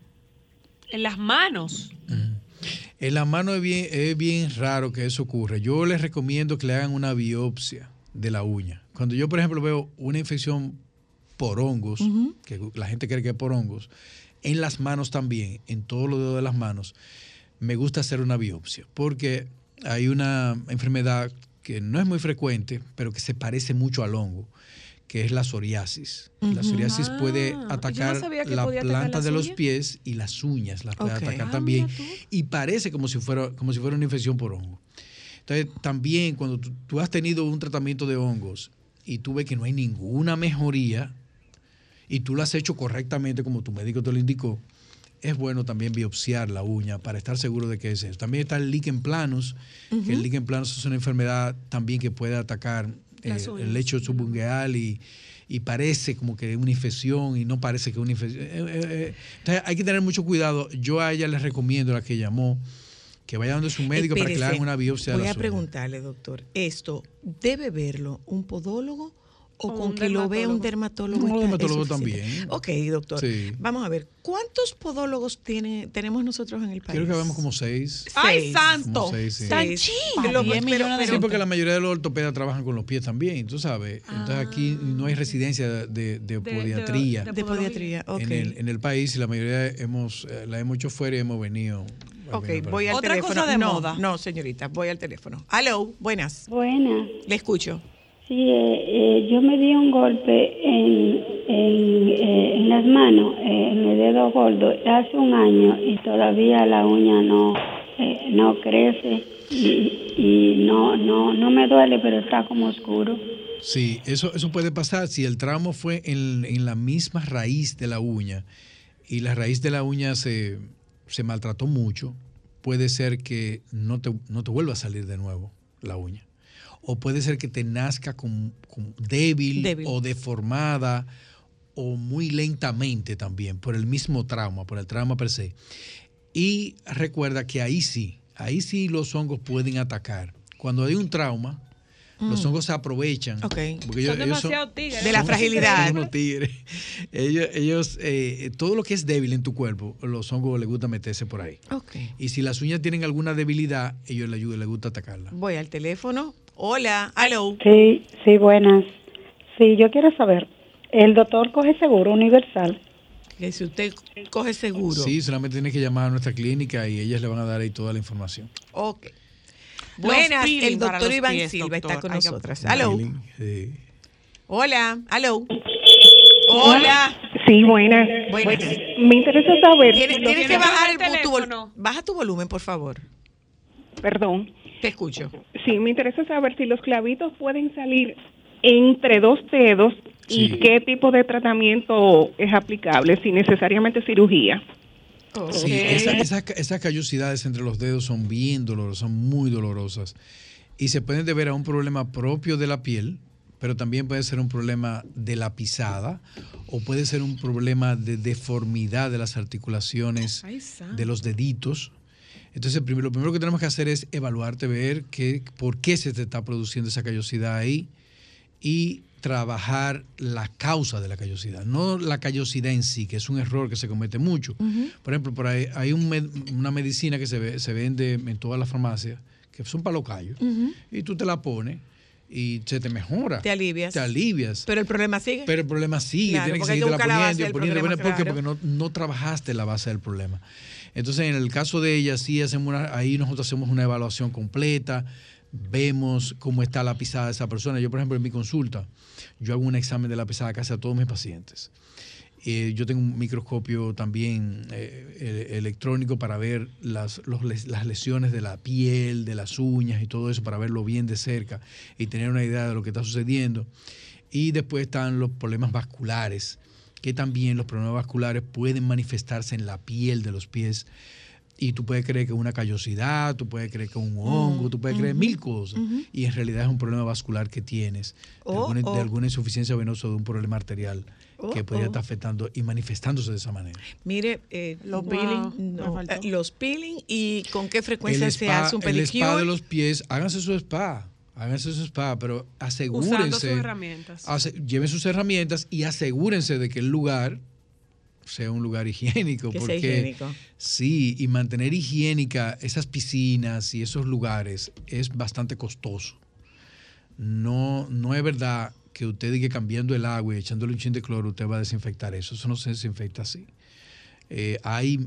En las manos. En la mano es bien raro que eso ocurra. Yo les recomiendo que le hagan una biopsia de la uña. Cuando yo, por ejemplo, veo una infección por hongos, que la gente cree que es por hongos, en las manos también, en todos los dedos de las manos, me gusta hacer una biopsia, porque hay una enfermedad que no es muy frecuente, pero que se parece mucho al hongo, que es la psoriasis. La psoriasis puede atacar la planta de los pies y las uñas, las puede atacar también. Y parece como si fuera una infección por hongo. Entonces, también cuando tú has tenido un tratamiento de hongos y tú ves que no hay ninguna mejoría y tú lo has hecho correctamente como tu médico te lo indicó, es bueno también biopsiar la uña para estar seguro de que es eso. También está el lichen planus, que el lichen planus es una enfermedad también que puede atacar el lecho subungueal y parece como que es una infección y no parece que es una infección. Entonces hay que tener mucho cuidado. Yo a ella les recomiendo, la que llamó, que vaya donde su médico para que le hagan una biopsia de la uña. Voy a preguntarle, doctor, ¿esto debe verlo un podólogo o con que lo vea un dermatólogo? Un dermatólogo también. Ok, doctor. Sí. Vamos a ver, ¿cuántos podólogos tenemos nosotros en el país? Creo que vemos como 6. ¡Ay, santo! Como 6, sí. ¡Tan chido! Sí, porque la mayoría de los ortopedas trabajan con los pies también, tú sabes. Entonces aquí no hay residencia de podiatría. De podiatría, ok. En el país, la mayoría la hemos hecho fuera y hemos venido. Ok, voy al Otra teléfono. cosa de moda. No, señorita, voy al teléfono. Aló, buenas. Buenas. Le escucho. Sí, yo me di un golpe en las manos, en el dedo gordo, hace un año y todavía la uña no crece y no me duele, pero está como oscuro. Sí, eso puede pasar si el trauma fue en la misma raíz de la uña y la raíz de la uña se maltrató mucho. Puede ser que no te vuelva a salir de nuevo la uña. O puede ser que te nazca con débil o deformada o muy lentamente también por el mismo trauma, por el trauma per se. Y recuerda que ahí sí los hongos pueden atacar. Cuando hay un trauma, los hongos se aprovechan. Okay. Porque son demasiado tigres. De la fragilidad. Son unos tigres. Ellos todo lo que es débil en tu cuerpo, los hongos les gusta meterse por ahí. Okay. Y si las uñas tienen alguna debilidad, ellos les gusta atacarla. Voy al teléfono. Hola, aló. Sí, buenas. Sí, yo quiero saber, ¿el doctor coge seguro universal? Que si usted coge seguro. Sí, solamente tiene que llamar a nuestra clínica y ellas le van a dar ahí toda la información. Ok. Buenas, el doctor Iván Silva está con nosotras. Aló. Sí. Hola, aló. Hola. Sí, buenas. Me interesa saber. Tienes que bajar tu volumen. Baja tu volumen, por favor. Perdón. Te escucho. Sí, me interesa saber si los clavitos pueden salir entre 2 dedos y Sí. qué tipo de tratamiento es aplicable, si necesariamente cirugía. Sí, esas callosidades entre los dedos son bien dolorosas, son muy dolorosas. Y se pueden deber a un problema propio de la piel, pero también puede ser un problema de la pisada o puede ser un problema de deformidad de las articulaciones de los deditos. Entonces, lo primero que tenemos que hacer es evaluarte, ver por qué se te está produciendo esa callosidad ahí y trabajar la causa de la callosidad, no la callosidad en sí, que es un error que se comete mucho. Por ejemplo, por ahí hay una medicina que se vende en todas las farmacias, que son para los callos, y tú te la pones y se te mejora. Te alivias. Te alivias. Pero el problema sigue. Pero el problema sigue, Claro, tienes que porque hay seguirte buscar la la base poniendo. del ¿Por problema, qué? claro. Porque no trabajaste la base del problema. Entonces, en el caso de ella, sí ahí nosotros hacemos una evaluación completa, vemos cómo está la pisada de esa persona. Yo, por ejemplo, en mi consulta, yo hago un examen de la pisada casi a todos mis pacientes. Yo tengo un microscopio también electrónico para ver las lesiones de la piel, de las uñas y todo eso, para verlo bien de cerca y tener una idea de lo que está sucediendo. Y después están los problemas vasculares, que también los problemas vasculares pueden manifestarse en la piel de los pies. Y tú puedes creer que es una callosidad, tú puedes creer que es un hongo, tú puedes creer mil cosas. Y en realidad es un problema vascular que tienes, de alguna insuficiencia venosa o de un problema arterial que podría estar afectando y manifestándose de esa manera. Mire, los peeling y con qué frecuencia se hace un pedicure. El spa de los pies, háganse su spa, pero asegúrense. Usando sus herramientas. Lleven sus herramientas y asegúrense de que el lugar sea un lugar higiénico. Que porque sea higiénico. Sí, y mantener higiénica esas piscinas y esos lugares es bastante costoso. No es verdad que usted diga cambiando el agua y echándole un chin de cloro usted va a desinfectar eso. Eso no se desinfecta así. Hay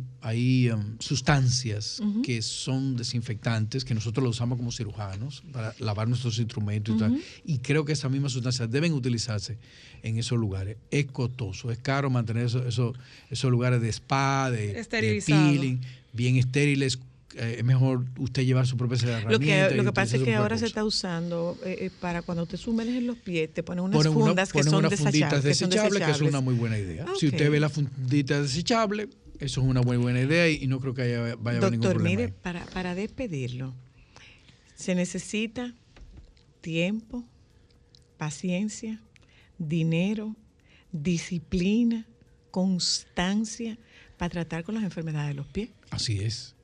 sustancias que son desinfectantes que nosotros los usamos como cirujanos para lavar nuestros instrumentos y tal. Y creo que esas mismas sustancias deben utilizarse en esos lugares. Es costoso, es caro mantener esos lugares de spa, de peeling, bien estériles. Es mejor usted llevar su propia herramienta. Lo que pasa es que ahora se está usando para cuando te sumerges en los pies, te ponen unas fundas que son desechables. Que es una muy buena idea. Okay. Si usted ve la fundita desechable, eso es una muy buena idea y no creo que vaya a haber ningún problema. Mire, para despedirlo, se necesita tiempo, paciencia, dinero, disciplina, constancia para tratar con las enfermedades de los pies. Así es.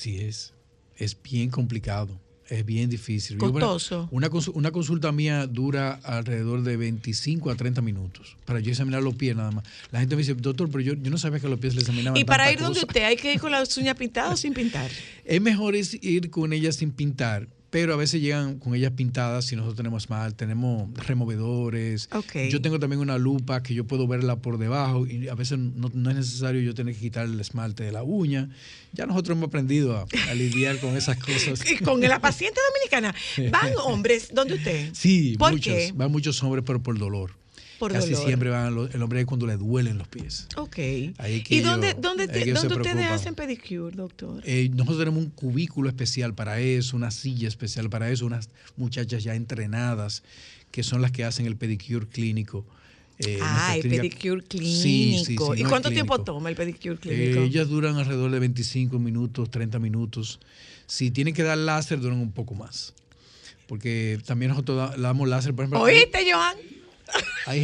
Es bien complicado, es bien difícil. Costoso. Una consulta mía dura alrededor de 25 a 30 minutos para yo examinar los pies nada más. La gente me dice, doctor, pero yo no sabía que los pies le examinaban. ¿Y para ir donde usted hay que ir con las uñas pintadas o sin pintar? Es mejor ir con ellas sin pintar, pero a veces llegan con ellas pintadas si nosotros tenemos tenemos removedores. Okay. Yo tengo también una lupa que yo puedo verla por debajo y a veces no es necesario yo tener que quitar el esmalte de la uña. Ya nosotros hemos aprendido a lidiar con esas cosas. Y con la paciente dominicana, ¿van hombres donde usted? Sí, ¿Por muchos. qué? Van muchos hombres, pero por dolor. Casi siempre van el hombre cuando le duelen los pies. Ok. ¿Y dónde ustedes hacen pedicure, doctor? Nosotros tenemos un cubículo especial para eso, una silla especial para eso, unas muchachas ya entrenadas que son las que hacen el pedicure clínico. El pedicure clínico. Sí, ¿Y cuánto tiempo toma el pedicure clínico? Ellas duran alrededor de 25 minutos, 30 minutos. Si tienen que dar láser, duran un poco más. Porque también nosotros damos láser, por ejemplo. ¿Oíste, Joan? Hay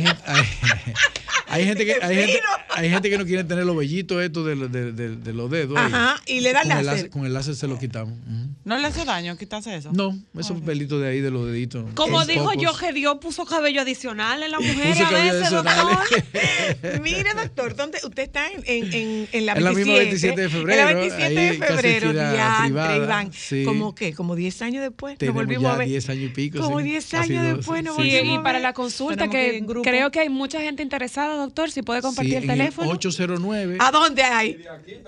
gente que no quiere tener los vellitos estos de los dedos. Ajá, y le da láser. Con el láser se lo quitamos. ¿No le hace daño quitarse eso? No, esos pelitos de ahí, de los deditos. Como dijo yo, que Dios puso cabello adicional en la mujer puso a veces, doctor. Mire, doctor, ¿dónde usted está en la 27? En la misma 27 de febrero. En la 27 de febrero, Iván. Sí. ¿Cómo qué? ¿Como 10 años después? Tenemos nos volvimos ya a ver. 10 años y pico. Como 10 años después nos volvimos a ver. Y para la consulta, que creo que hay mucha gente interesada, doctor, si puede compartir el teléfono. 809. ¿A dónde hay?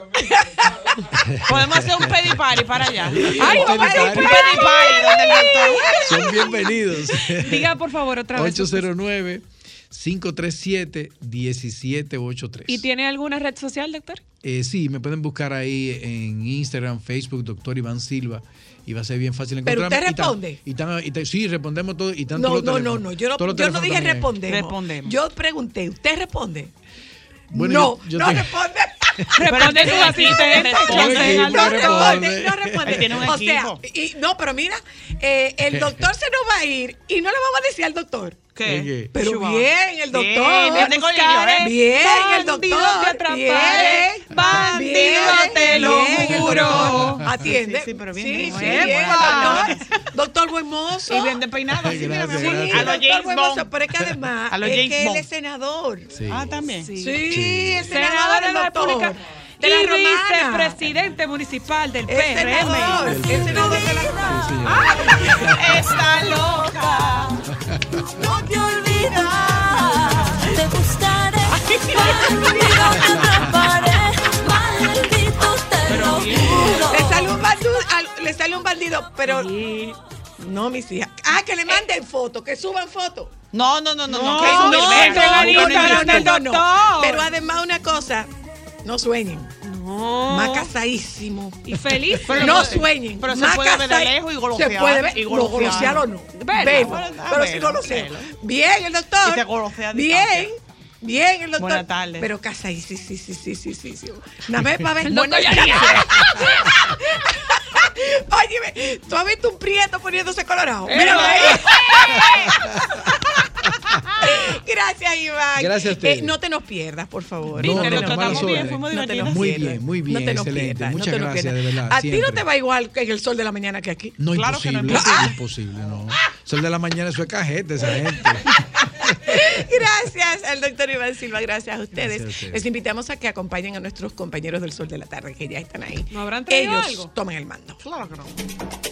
Podemos hacer un pedipari para allá. ¡Ay, un pedipari! Donde el doctor. Son bienvenidos. Diga, por favor, otra vez. 809 537-1783. ¿Y tiene alguna red social, doctor? Sí, me pueden buscar ahí en Instagram, Facebook, doctor Iván Silva, y va a ser bien fácil encontrarme. ¿Pero usted responde? Sí, respondemos todo y tanto No, yo no dije respondemos. Yo pregunté, ¿usted responde? Bueno, no responde. Responde su asistente. No responde. Tiene un equipo. No, pero mira, el doctor se nos va a ir y no le vamos a decir al doctor. ¿Qué? Pero bien, el doctor. Bien, bien, el doctor. Bien, bandido, te lo juro. Atiende. Sí, pero bien. Sí, bien, doctor buen mozo. Y bien despeinado. Sí, mira, Gracias, mi amor. gracias. A los James Bond. Pero es que además A los es James que él Bond. es senador. Sí. Ah, también. Sí, Sí. es senador del doctor. De la y Romana. vicepresidente municipal del Es PRM. senador. Es senador de la Romana. Está loca. No te olvidas. Te buscaré. Bandido, te atraparé. Maldito, te lo juro. Le sale un bandido, pero no, mis hijas. Que le manden fotos, que suban fotos. No. No, Pero además una cosa, no sueñen. No. Más casadísimo. Y feliz. No sueñen. Pero se más puede ver de casai- lejos y golosear. Se puede ver, y golosear o no. Velo, pero sí goloseo. Bien, el doctor. Y se golosea a Bien. distancia. Bien, el doctor. Buenas tardes. Pero casadísimo. Sí. Nada más para ver. Buenas Óyeme, ¿tú has visto un prieto poniéndose colorado? Míralo ahí. Gracias, Iván. Gracias a ustedes. No te nos pierdas, por favor. No, No te no, nos tratamos pierdas. bien, fuimos No te nos divertidos. Muy pierdas. bien, muy bien, No te nos excelente. pierdas, Muchas no te nos gracias, pierdas. de verdad. A ti no siempre. te va igual que en el sol de la mañana que aquí. No, Claro que no, imposible, no. Sol de la mañana, eso es cajete, esa gente. Gracias al doctor Iván Silva, gracias a ustedes. Gracias a ustedes. Les invitamos a que acompañen a nuestros compañeros del Sol de la Tarde, que ya están ahí. ¿No habrán traído Ellos algo? toman el mando. Claro que no.